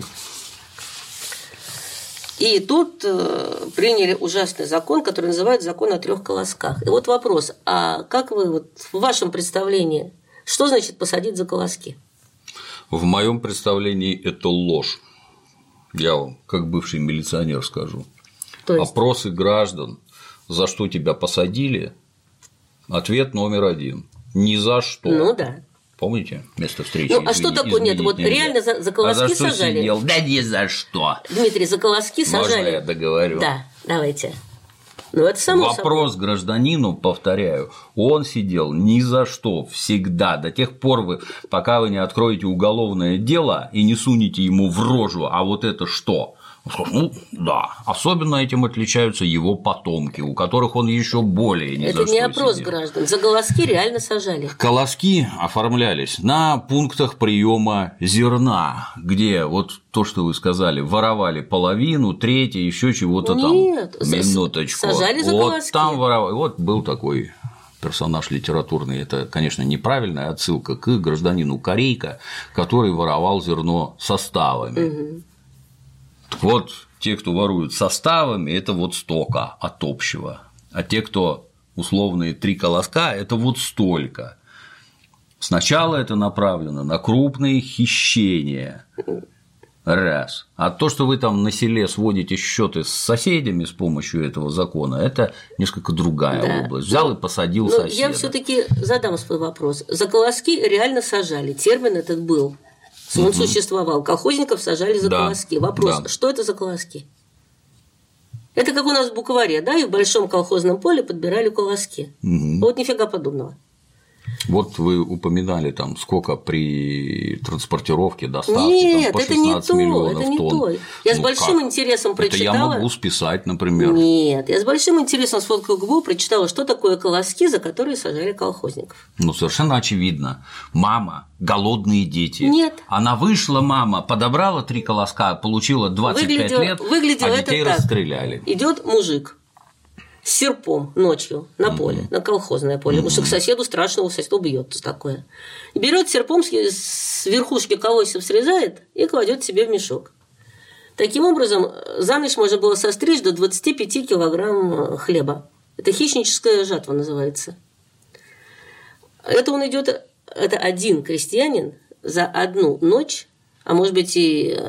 И тут приняли ужасный закон, который называют закон о 3 колосках. И вот вопрос, а как вы в вашем представлении, что значит посадить за колоски? В моем представлении это ложь. Я вам, как бывший милиционер, скажу. Опросы граждан, за что тебя посадили, ответ номер 1. Ни за что. Ну да. Помните место встречи? Ну, а что такое? Нет, вот нельзя. Реально за колоски за что сажали? Сидел? Да ни за что. Дмитрий, за колоски сажали? Можно я договорю? Да, давайте. Ну, это само Вопрос собой. Гражданину, повторяю, он сидел ни за что, всегда, до тех пор, пока вы не откроете уголовное дело и не сунете ему в рожу, а вот это что? Ну, да, особенно этим отличаются его потомки, у которых он еще более ни за что Это не опрос сидел. граждан, за колоски реально сажали. Колоски оформлялись на пунктах приема зерна, где вот то, что вы сказали, воровали половину, треть, еще чего-то там. Нет, минуточку. Сажали за вот колоски. Там воровали. Вот был такой персонаж литературный. Это, конечно, неправильная отсылка к гражданину Корейко, который воровал зерно составами. Угу. Так вот, те, кто воруют составами, это вот столько от общего, а те, кто условные 3 колоска, это вот столько. Сначала это направлено на крупные хищения. Раз. А то, что вы там на селе сводите счеты с соседями с помощью этого закона, это несколько другая область. Взял и посадил соседа. Я все-таки задам свой вопрос. За колоски реально сажали. Термин этот был. Он существовал. Колхозников сажали за колоски. Вопрос, что это за колоски? Это как у нас в букваре, да, и в большом колхозном поле подбирали колоски. Вот нифига подобного. Вот вы упоминали там, сколько при транспортировке, доставке, Нет, там, по 16 это не то, миллионов это не тонн. то. Я с большим интересом прочитала. Это я могу списать, например. Нет, я с большим интересом с ГБУ прочитала, что такое колоски, за которые сажали колхозников. Ну, совершенно очевидно. Мама, голодные дети. Нет. Она вышла, мама, подобрала 3 колоска, получила 25 лет, а детей расстреляли. Идет мужик с серпом ночью на поле, на колхозное поле, потому что к соседу страшного соседа убьет такое. Берет серпом с верхушки колосьев срезает и кладет себе в мешок. Таким образом, за ночь можно было состричь до 25 килограмм хлеба. Это хищническая жатва называется. Это он идет, это один крестьянин за одну ночь, а может быть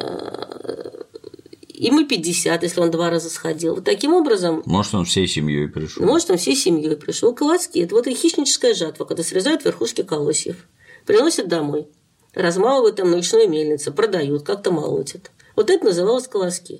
и мы 50, если он 2 раза сходил. Вот таким образом… Может, он всей семьей пришел. Может, он всей семьей пришел. Колоски – это вот и хищническая жатва, когда срезают верхушки колосьев, приносят домой, размалывают там на ручной мельнице, продают, как-то молотят. Вот это называлось колоски.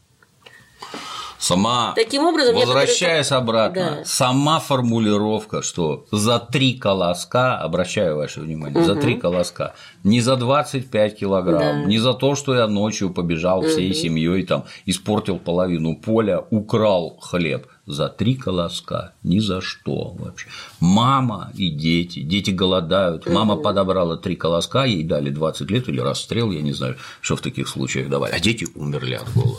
Таким образом, возвращаясь обратно, сама формулировка, что за 3 колоска, обращаю ваше внимание, за 3 колоска, не за 25 килограмм, не за то, что я ночью побежал всей семьей, там, испортил половину поля, украл хлеб, за 3 колоска, ни за что вообще. Мама и дети голодают, мама подобрала 3 колоска, ей дали 20 лет или расстрел, я не знаю, что в таких случаях давали, а дети умерли от голода.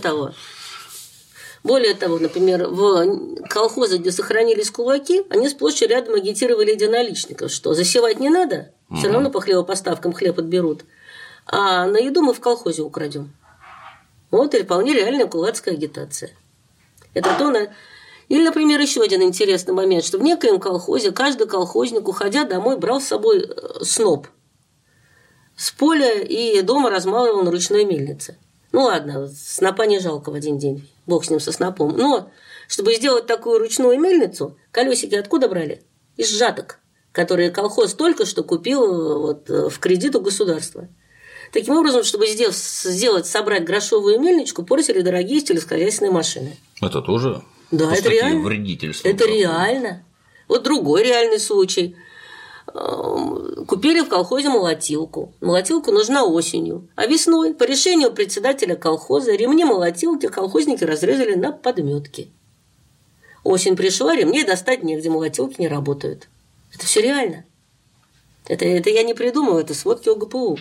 Более того, например, в колхозах, где сохранились кулаки, они сплошь и рядом агитировали единоличников, что засевать не надо, все равно по хлебопоставкам хлеб отберут, а на еду мы в колхозе украдем. Вот и вполне реальная кулацкая агитация. Это то, Или, например, еще один интересный момент, что в некоем колхозе каждый колхозник, уходя домой, брал с собой сноп с поля и дома размалывал на ручной мельнице. Ну ладно, снопа не жалко в один день, бог с ним со снопом. Но чтобы сделать такую ручную мельницу, колесики откуда брали? Из жаток, которые колхоз только что купил вот в кредит у государства. Таким образом, чтобы собрать грошовую мельничку, портили дорогие сельскохозяйственные машины. Это тоже это реально. Вредительство. Это реально. Вот другой реальный случай. Купили в колхозе молотилку. Молотилка нужна осенью. А весной, по решению председателя колхоза, ремни молотилки колхозники разрезали на подметки. Осень пришла, ремней достать негде, молотилки не работают. Это все реально. Это я не придумал, это сводки ОГПУ.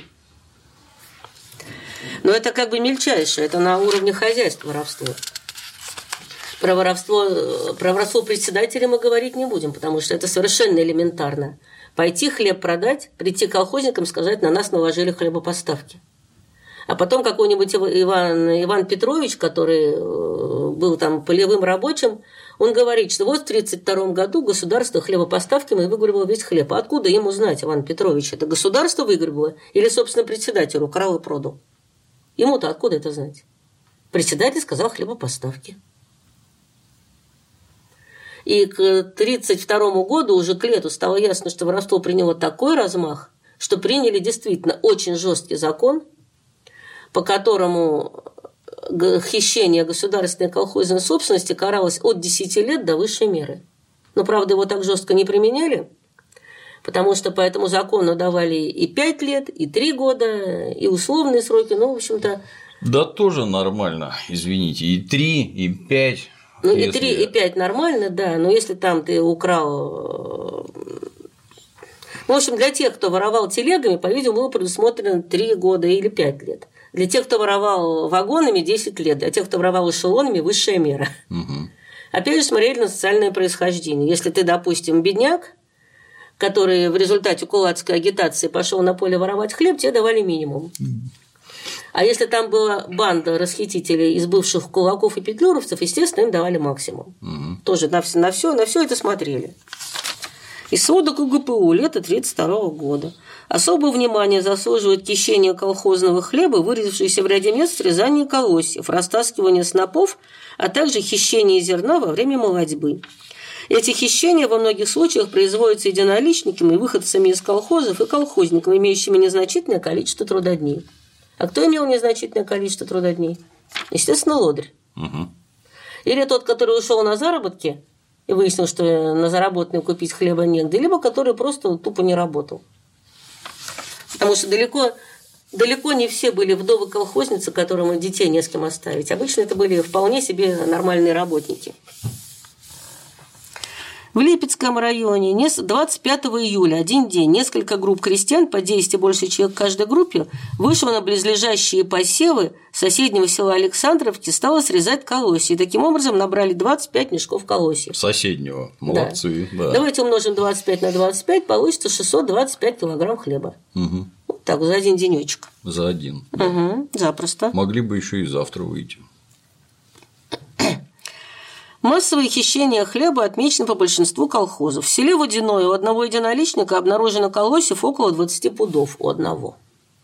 Но это как бы мельчайшее, это на уровне хозяйства воровство. Про воровство председателя мы говорить не будем, потому что это совершенно элементарно. Пойти хлеб продать, прийти к колхозникам, сказать, на нас наложили хлебопоставки. А потом какой-нибудь Иван Петрович, который был там полевым рабочим, Он говорит, что вот в 1932 году государство хлебопоставками выгребало весь хлеб. А откуда ему знать, Иван Петрович, это государство выгребало или, собственно, председатель украл и продал? Ему-то откуда это знать? Председатель сказал хлебопоставки. И к 1932 году, уже к лету, стало ясно, что воровство приняло такой размах, что приняли действительно очень жесткий закон, по которому хищение государственной колхозной собственности каралось от 10 лет до высшей меры. Но, правда, его так жестко не применяли, потому что по этому закону давали и 5 лет, и 3 года, и условные сроки, ну, в общем-то… Да тоже нормально, извините, и 3, и 5… Ну, и 3, и 5 нормально, да, но если там ты украл… Ну, в общем, для тех, кто воровал телегами, по-видимому, было предусмотрено 3 года или 5 лет. Для тех, кто воровал вагонами, 10 лет. Для тех, кто воровал эшелонами, высшая мера. Угу. Опять же, смотрели на социальное происхождение. Если ты, допустим, бедняк, который в результате кулацкой агитации пошел на поле воровать хлеб, тебе давали минимум. А если там была банда расхитителей из бывших кулаков и петлюровцев, естественно, им давали максимум. Угу. Тоже на все это смотрели. Из сводок УГПУ лета 1932 года. Особое внимание заслуживает хищение колхозного хлеба, выразившееся в ряде мест срезание колосьев, растаскивание снопов, а также хищение зерна во время молодьбы. Эти хищения во многих случаях производятся единоличниками, выходцами из колхозов и колхозниками, имеющими незначительное количество трудодней. А кто имел незначительное количество трудодней? Естественно, лодырь. Угу. Или тот, который ушел на заработки и выяснил, что на заработанные купить хлеба негде, либо который просто тупо не работал. Потому что далеко не все были вдовы-колхозницы, которым детей не с кем оставить. Обычно это были вполне себе нормальные работники. В Липецком районе 25 июля, один день, несколько групп крестьян, по 10 и больше человек в каждой группе, вышло на близлежащие посевы соседнего села Александровки, стало срезать колосья. И таким образом набрали 25 мешков колосьев. Соседнего. Молодцы. Да. Давайте умножим 25 на 25, получится 625 килограмм хлеба. Угу. Вот так, за один денечек. За один. Угу, запросто. Могли бы еще и завтра выйти. Массовые хищения хлеба отмечены по большинству колхозов. В селе Водяное у одного единоличника обнаружено колосьев около 20 пудов у одного.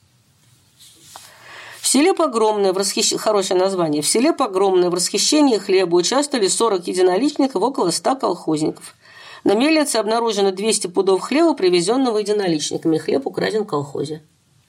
В селе Погромное, хорошее название, в селе Погромное в расхищении хлеба участвовали 40 единоличников, около 100 колхозников. На мельнице обнаружено 200 пудов хлеба, привезенного единоличниками. Хлеб украден в колхозе.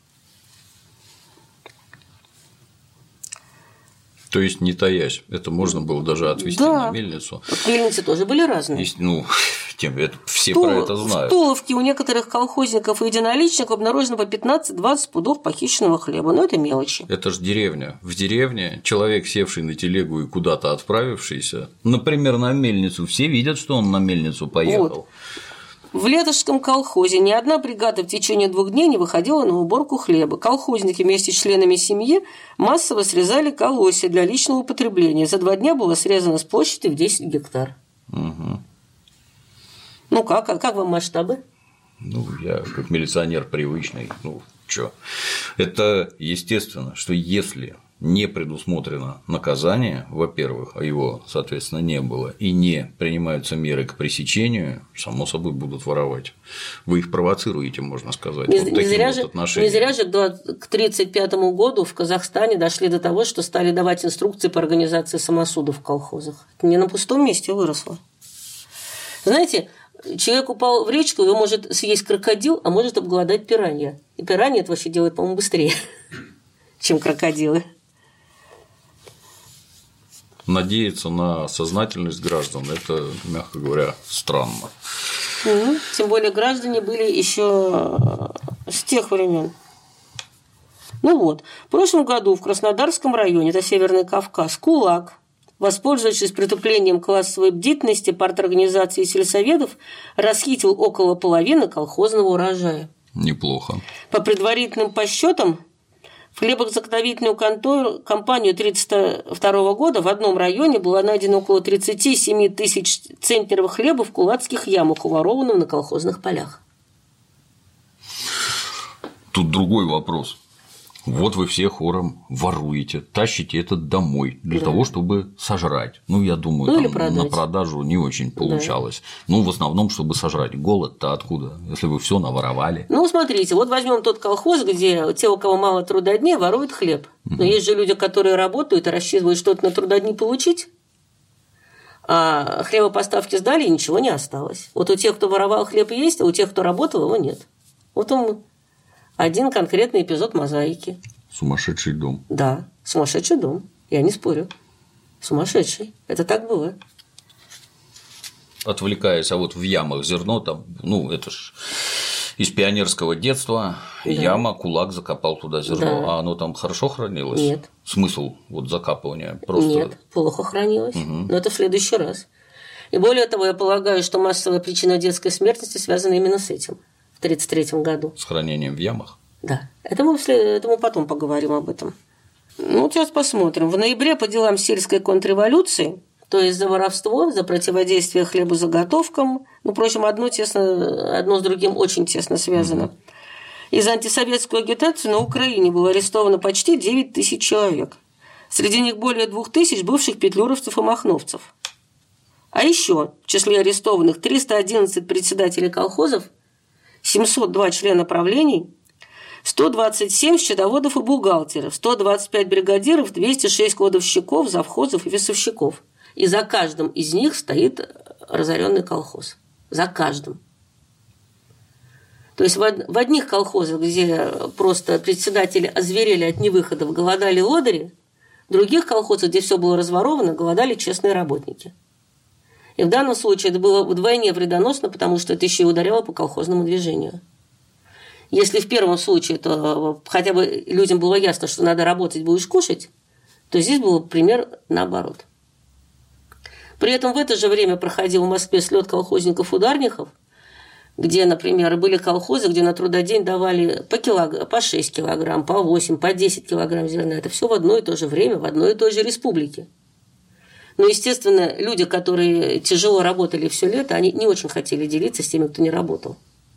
То есть, не таясь, это можно было даже отвезти на мельницу. Мельницы тоже были разные. Все про это знают. В Туловке у некоторых колхозников и единоличников обнаружено по 15-20 пудов похищенного хлеба. Но это мелочи. Это же деревня. В деревне человек, севший на телегу и куда-то отправившийся, например, на мельницу, все видят, что он на мельницу поехал. Вот. В Летошском колхозе ни одна бригада в течение 2 дней не выходила на уборку хлеба. Колхозники вместе с членами семьи массово срезали колосья для личного употребления. За 2 дня было срезано с площади в 10 гектар. Угу. Ну как вам масштабы? Я как милиционер привычный. Это естественно, что если не предусмотрено наказание, во-первых, а его, соответственно, не было, и не принимаются меры к пресечению, само собой будут воровать. Вы их провоцируете, можно сказать, не зря же к 1935 году в Казахстане дошли до того, что стали давать инструкции по организации самосудов в колхозах. Это не на пустом месте выросло. Знаете, человек упал в речку, его может съесть крокодил, а может обглодать пиранья. И пиранья это вообще делает, по-моему, быстрее, чем крокодилы. Надеяться на сознательность граждан – это, мягко говоря, странно. Тем более граждане были еще с тех времен. В прошлом году в Краснодарском районе, это Северный Кавказ, кулак, воспользовавшись притуплением классовой бдительности парторганизации сельсоветов, расхитил около половины колхозного урожая. Неплохо. По предварительным подсчетам, в хлебозаготовительную компанию 1932 года в одном районе было найдено около 37 тысяч центнеров хлеба в кулацких ямах, уворованного на колхозных полях. Тут другой вопрос. Вот вы все хором воруете, тащите это домой для того, чтобы сожрать. Ну, я думаю, там на продажу не очень получалось. Да. Ну, в основном, чтобы сожрать. Голод-то откуда, если вы все наворовали? Ну, смотрите, вот возьмем тот колхоз, где те, у кого мало трудодней, воруют хлеб. Но есть же люди, которые работают и рассчитывают что-то на трудодни получить. А хлебопоставки сдали, и ничего не осталось. Вот у тех, кто воровал, хлеб есть, а у тех, кто работал, его нет. Вот он один конкретный эпизод мозаики. Сумасшедший дом. Да, сумасшедший дом. Я не спорю. Сумасшедший. Это так было. Отвлекаясь, а вот в ямах зерно там, ну, это ж из пионерского детства, да. Яма, кулак закопал туда зерно, да. А оно там хорошо хранилось? Нет. Смысл вот закапывания? Просто... Нет, плохо хранилось, но это в следующий раз. И более того, я полагаю, что массовая причина детской смертности связана именно с этим, в 1933 году. С хранением в ямах? Да, это мы потом поговорим об этом. Ну, сейчас посмотрим. В ноябре по делам сельской контрреволюции, то есть за воровство, за противодействие хлебозаготовкам, ну, впрочем, одно с другим очень тесно связано. И за антисоветскую агитацию на Украине было арестовано почти 9 тысяч человек. Среди них более 2 тысяч бывших петлюровцев и махновцев. А еще в числе арестованных 311 председателей колхозов, 702 члена правлений, 127 счетоводов и бухгалтеров, 125 бригадиров, 206 кладовщиков, завхозов и весовщиков. И за каждым из них стоит разоренный колхоз. За каждым. То есть в одних колхозах, где просто председатели озверели от невыходов, голодали лодыри, в других колхозах, где все было разворовано, голодали честные работники. И в данном случае это было вдвойне вредоносно, потому что это еще и ударяло по колхозному движению. Если в первом случае то хотя бы людям было ясно, что надо работать, будешь кушать, то здесь был пример наоборот. При этом в это же время проходил в Москве слет колхозников-ударников, где, например, были колхозы, где на трудодень давали по 6 килограмм, по 8, по 10 килограмм зерна. Это все в одно и то же время, в одной и той же республике. Но, естественно, люди, которые тяжело работали все лето, они не очень хотели делиться с теми, кто не работал.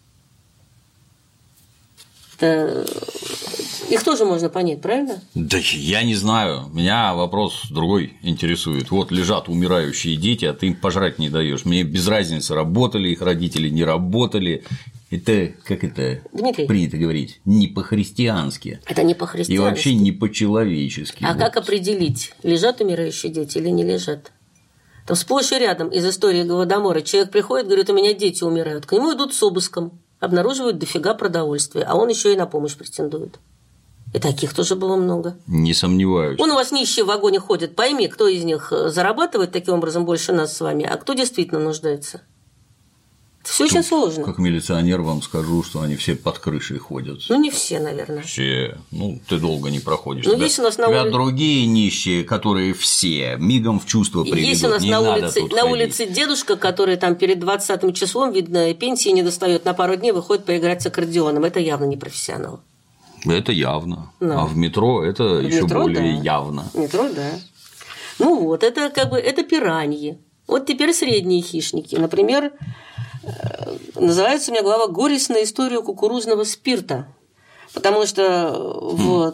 Это... Их тоже можно понять, правильно? Да я не знаю. Меня вопрос другой интересует. Вот лежат умирающие дети, а ты им пожрать не даешь. Мне без разницы, работали их родители, не работали. Это, как это Дмитрий, принято говорить, не по-христиански. Это не по-христиански. И вообще не по-человечески. А вот. Как определить, лежат умирающие дети или не лежат? Там сплошь и рядом из истории Голодомора человек приходит, говорит, у меня дети умирают. К нему идут с обыском, обнаруживают дофига продовольствия, а он еще и на помощь претендует. И таких тоже было много. Не сомневаюсь. Он у вас нищие в вагоне ходит. Пойми, кто из них зарабатывает таким образом больше нас с вами, а кто действительно нуждается. Это все очень сложно. Как милиционер вам скажу, что они все под крышей ходят. Ну, не все, наверное. Все. Ну, ты долго не проходишь. Ну, есть у нас на улице другие нищие, которые все мигом в чувство приведут. Есть у нас на улице дедушка, который там перед 20-м числом, видно, пенсии не достает, на пару дней выходит поиграть с аккордеоном. Это явно не профессионал. Это явно. Да. А в метро это еще более явно. В метро, да. Ну вот, это как бы это пираньи. Вот теперь средние хищники. Например, называется у меня глава «Горестная история кукурузного спирта». Потому что в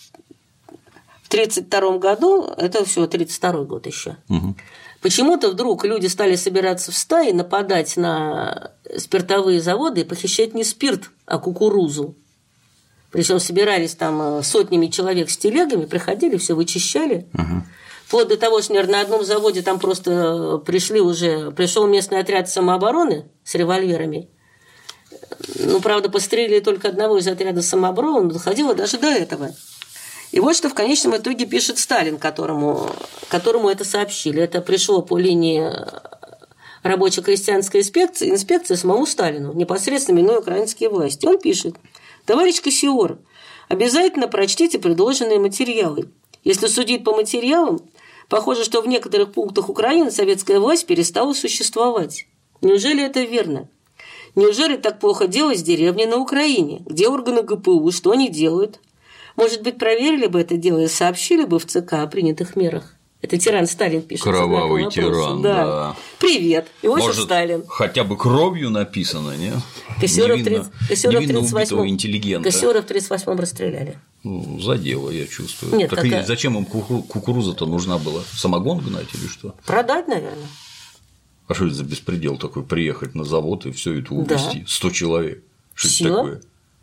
1932 году, это все 1932 год еще, почему-то вдруг люди стали собираться в стаи, нападать на спиртовые заводы и похищать не спирт, а кукурузу. Причем собирались там сотнями человек с телегами, приходили, все вычищали. Вплоть до того, что, наверное, на одном заводе там просто пришел местный отряд самообороны с револьверами. Ну, правда, пострелили только одного из отряда самообороны, но доходило даже до этого. И вот что в конечном итоге пишет Сталин, которому это сообщили. Это пришло по линии рабоче-крестьянской инспекции самому Сталину, непосредственно минуя украинские власти. Он пишет: «Товарищ Кассиор, обязательно прочтите предложенные материалы. Если судить по материалам, похоже, что в некоторых пунктах Украины советская власть перестала существовать. Неужели это верно? Неужели так плохо дело с деревней на Украине? Где органы ГПУ? Что они делают? Может быть, проверили бы это дело и сообщили бы в ЦК о принятых мерах?» Это тиран Сталин пишет. Кровавый тиран, да. Привет. Иосиф Сталин. Хотя бы кровью написано, нет? Кассиора в 38-м интеллигента. Кассиора в 38-м расстреляли. Ну, за дело, я чувствую. Нет, так и зачем им кукуруза-то нужна была? Самогон гнать или что? Продать, наверное. А что это за беспредел такой? Приехать на завод и все это увезти? 100 человек. Что это такое?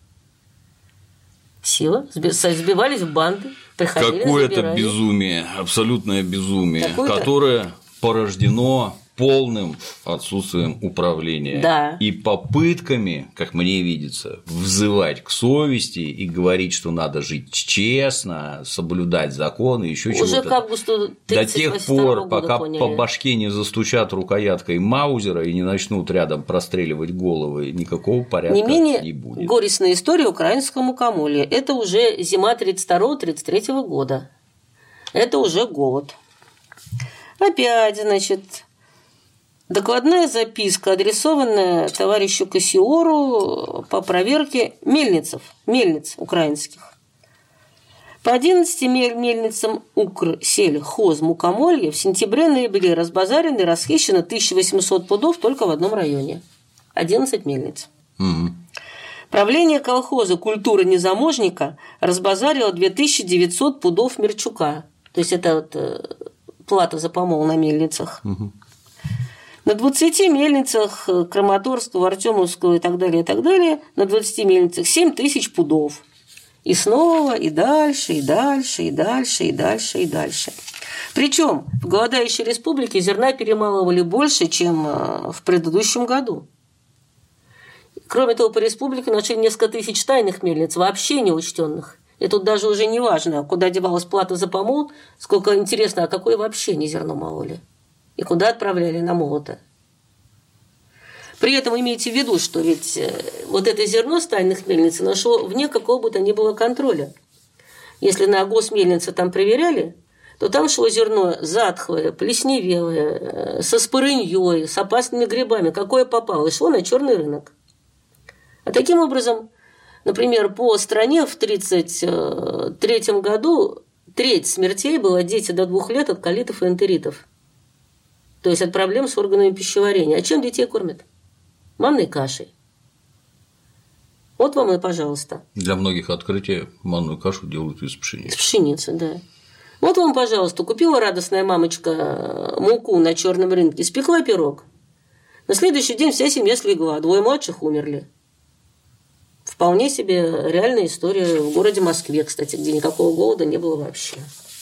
Сила. Сбивались в банды. Какое-то безумие, абсолютное безумие, которое порождено полным отсутствием управления и попытками, как мне видится, взывать к совести и говорить, что надо жить честно, соблюдать законы, еще чего-то. Уже к августу 1938 до тех пор, пока поняли. по башке не застучат рукояткой Маузера и не начнут рядом простреливать головы, никакого порядка не менее не будет. Горестная история украинского мукомолья. Это уже зима 1932-1933 года. Это уже голод. Опять, значит, докладная записка, адресованная товарищу Кассиору по проверке мельниц украинских. По 11 мельницам Укрсельхозмукомолья в сентябре-ноябре разбазарены и расхищено 1800 пудов только в одном районе. 11 мельниц. Угу. Правление колхоза «Культура незаможника» разбазарило 2900 пудов мерчука. То есть, это вот плата за помол на мельницах. Угу. На 20 мельницах Краматорского, Артемовского и так далее, на 20 мельницах 7000 пудов. И снова, и дальше, и дальше, и дальше, и дальше, и дальше. Причем в голодающей республике зерна перемалывали больше, чем в предыдущем году. Кроме того, по республике нашли несколько тысяч тайных мельниц, вообще не учтенных. И тут даже уже не важно, куда девалась плата за помол, сколько интересно, а какое вообще не зерно мололи. И куда отправляли на молото. При этом имейте в виду, что ведь вот это зерно с тайных мельниц нашло вне какого бы то ни было контроля. Если на госмельнице там проверяли, то там шло зерно затхлое, плесневелое, со спорыньей, с опасными грибами, какое попало, и шло на черный рынок. А таким образом, например, по стране в 1933 году треть смертей было дети до 2 лет от колитов и энтеритов. То есть от проблем с органами пищеварения. А чем детей кормят? Манной кашей. Вот вам и пожалуйста. Для многих открытий манную кашу делают из пшеницы. Из пшеницы, да. Вот вам, пожалуйста, купила радостная мамочка муку на черном рынке, спекла пирог. На следующий день вся семья слегла, 2 младших умерли. Вполне себе реальная история в городе Москве, кстати, где никакого голода не было вообще.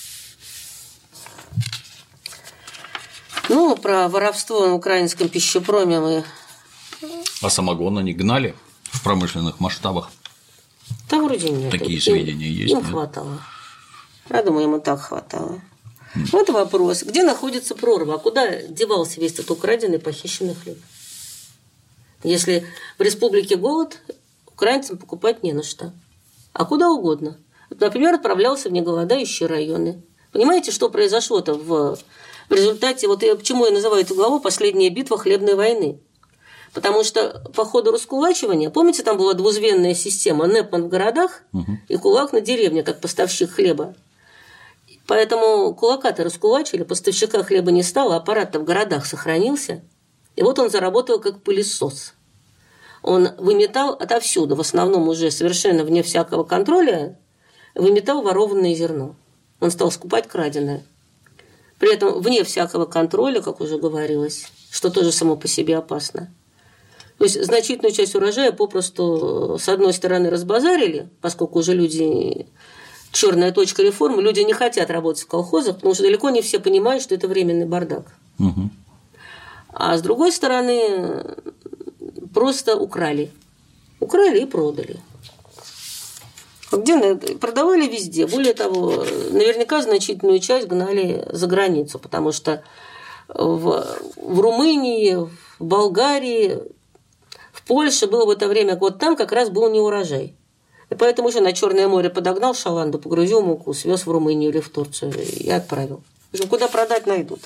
Ну, про воровство на украинском пищепроме мы... А самогон они гнали в промышленных масштабах? Да вроде нет. Такие сведения есть. Им хватало. Я думаю, ему так хватало. Вот вопрос. Где находится прорва? А куда девался весь этот украденный, похищенный хлеб? Если в республике голод, украинцам покупать не на что. А куда угодно. Например, отправлялся в неголодающие районы. Понимаете, что произошло-то в результате, вот почему я называю эту главу «Последняя битва хлебной войны». Потому что по ходу раскулачивания, помните, там была двузвенная система: Непман в городах и кулак на деревне, как поставщик хлеба. Поэтому кулака-то раскулачили, поставщика хлеба не стало, аппарат-то в городах сохранился. И вот он заработал как пылесос. Он выметал отовсюду, в основном уже совершенно вне всякого контроля, выметал ворованное зерно. Он стал скупать краденое. При этом вне всякого контроля, как уже говорилось, что тоже само по себе опасно. То есть значительную часть урожая попросту с одной стороны разбазарили, поскольку уже люди, черная точка реформы, люди не хотят работать в колхозах, потому что далеко не все понимают, что это временный бардак. Угу. А с другой стороны, просто украли. Украли и продали. Где продавали везде. Более того, наверняка значительную часть гнали за границу, потому что в Румынии, в Болгарии, в Польше было в это время, вот там как раз был неурожай. И поэтому еще на Черное море подогнал шаланду, погрузил муку, свез в Румынию или в Турцию и отправил. Куда продать найдут.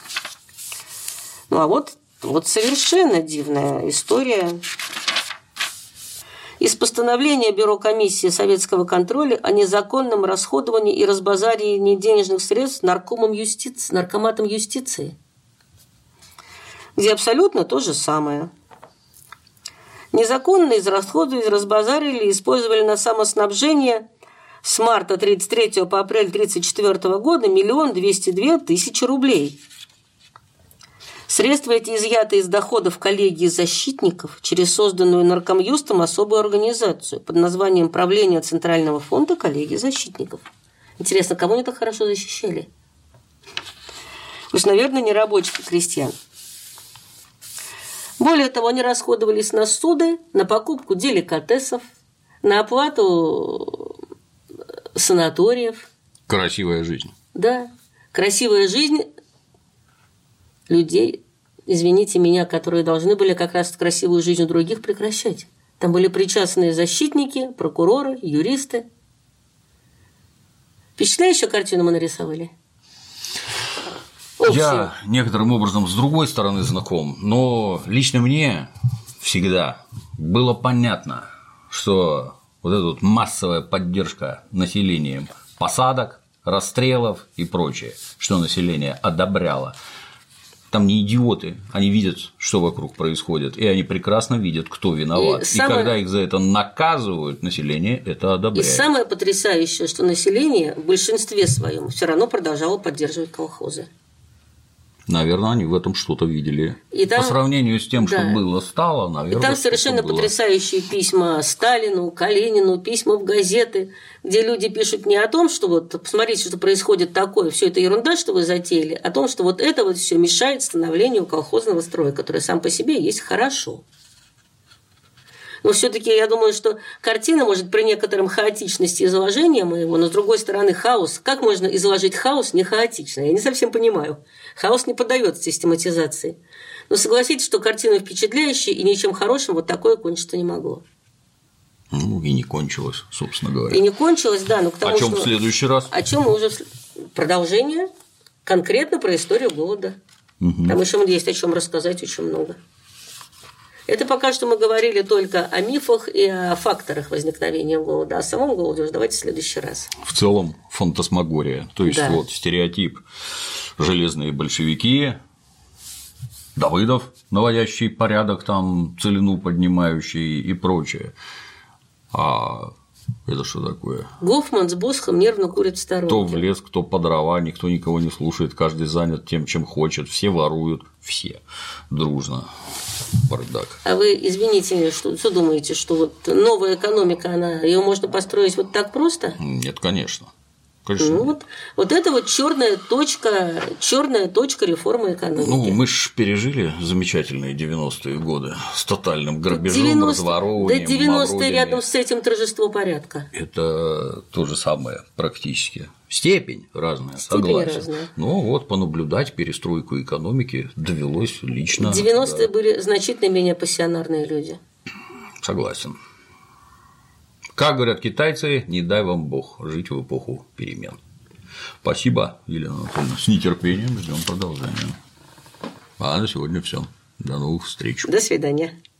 Ну а вот совершенно дивная история. из постановления Бюро комиссии советского контроля о незаконном расходовании и разбазаривании денежных средств наркоматом юстиции, где абсолютно то же самое. Незаконно израсходовали, разбазарили и использовали на самоснабжение с марта 1933 по апрель 1934 года 1 202 000 рублей. Средства эти изъяты из доходов коллегии защитников через созданную наркомюстом особую организацию под названием Правление Центрального фонда коллегии защитников. Интересно, кого они так хорошо защищали? Уж, наверное, не рабочих и крестьян. Более того, они расходовались на суды, на покупку деликатесов, на оплату санаториев. Красивая жизнь. Да, красивая жизнь людей, извините меня, которые должны были как раз красивую жизнь у других прекращать. Там были причастные защитники, прокуроры, юристы. Впечатляющую картину мы нарисовали. Я некоторым образом с другой стороны знаком, но лично мне всегда было понятно, что вот эта вот массовая поддержка населением посадок, расстрелов и прочее, что население одобряло, там не идиоты, они видят, что вокруг происходит, и они прекрасно видят, кто виноват. И когда их за это наказывают, население это одобряет. И самое потрясающее, что население в большинстве своем все равно продолжало поддерживать колхозы. Наверное, они в этом что-то видели. И там, по сравнению с тем, что было, стало, наверное. И там совершенно потрясающие письма Сталину, Калинину, письма в газеты, где люди пишут не о том, что вот посмотрите, что происходит такое, все это ерунда, что вы затеяли, а о том, что вот это вот все мешает становлению колхозного строя, который сам по себе есть хорошо. Но все-таки я думаю, что картина может при некотором хаотичности изложения моего, но с другой стороны хаос. Как можно изложить хаос не хаотично? Я не совсем понимаю. Хаос не поддается систематизации. Но согласитесь, что картина впечатляющая, и ничем хорошим вот такое кончиться не могло. Ну и не кончилось, собственно говоря. И не кончилось, да. Но к тому, о чем в следующий раз? О чем мы уже продолжение конкретно про историю голода. Угу. Там еще есть о чем рассказать очень много. Это пока что мы говорили только о мифах и о факторах возникновения голода, а о самом голоде уже давайте в следующий раз. В целом фантасмагория, то есть вот стереотип: железные большевики, Давыдов, наводящий порядок, там целину поднимающий и прочее. А это что такое? Гофман с Босхом нервно курят в сторонке. Кто в лес, кто по дрова, никто никого не слушает, каждый занят тем, чем хочет, все воруют, все дружно. Бардак. А вы, извините меня, что думаете, что вот новая экономика, ее можно построить вот так просто? Нет, конечно. Ну, вот это вот черная точка реформы экономики. Ну, мы же пережили замечательные 90-е годы с тотальным грабежом, разворовыванием. Да 90-е рядом с этим торжество порядка. Это то же самое практически. Степень разная, согласен. Разная. Но вот понаблюдать перестройку экономики довелось лично. 90-е были значительно менее пассионарные люди. Согласен. Как говорят китайцы, не дай вам Бог жить в эпоху перемен. Спасибо, Елена Анатольевна. С нетерпением ждем продолжения. А на сегодня все. До новых встреч. До свидания.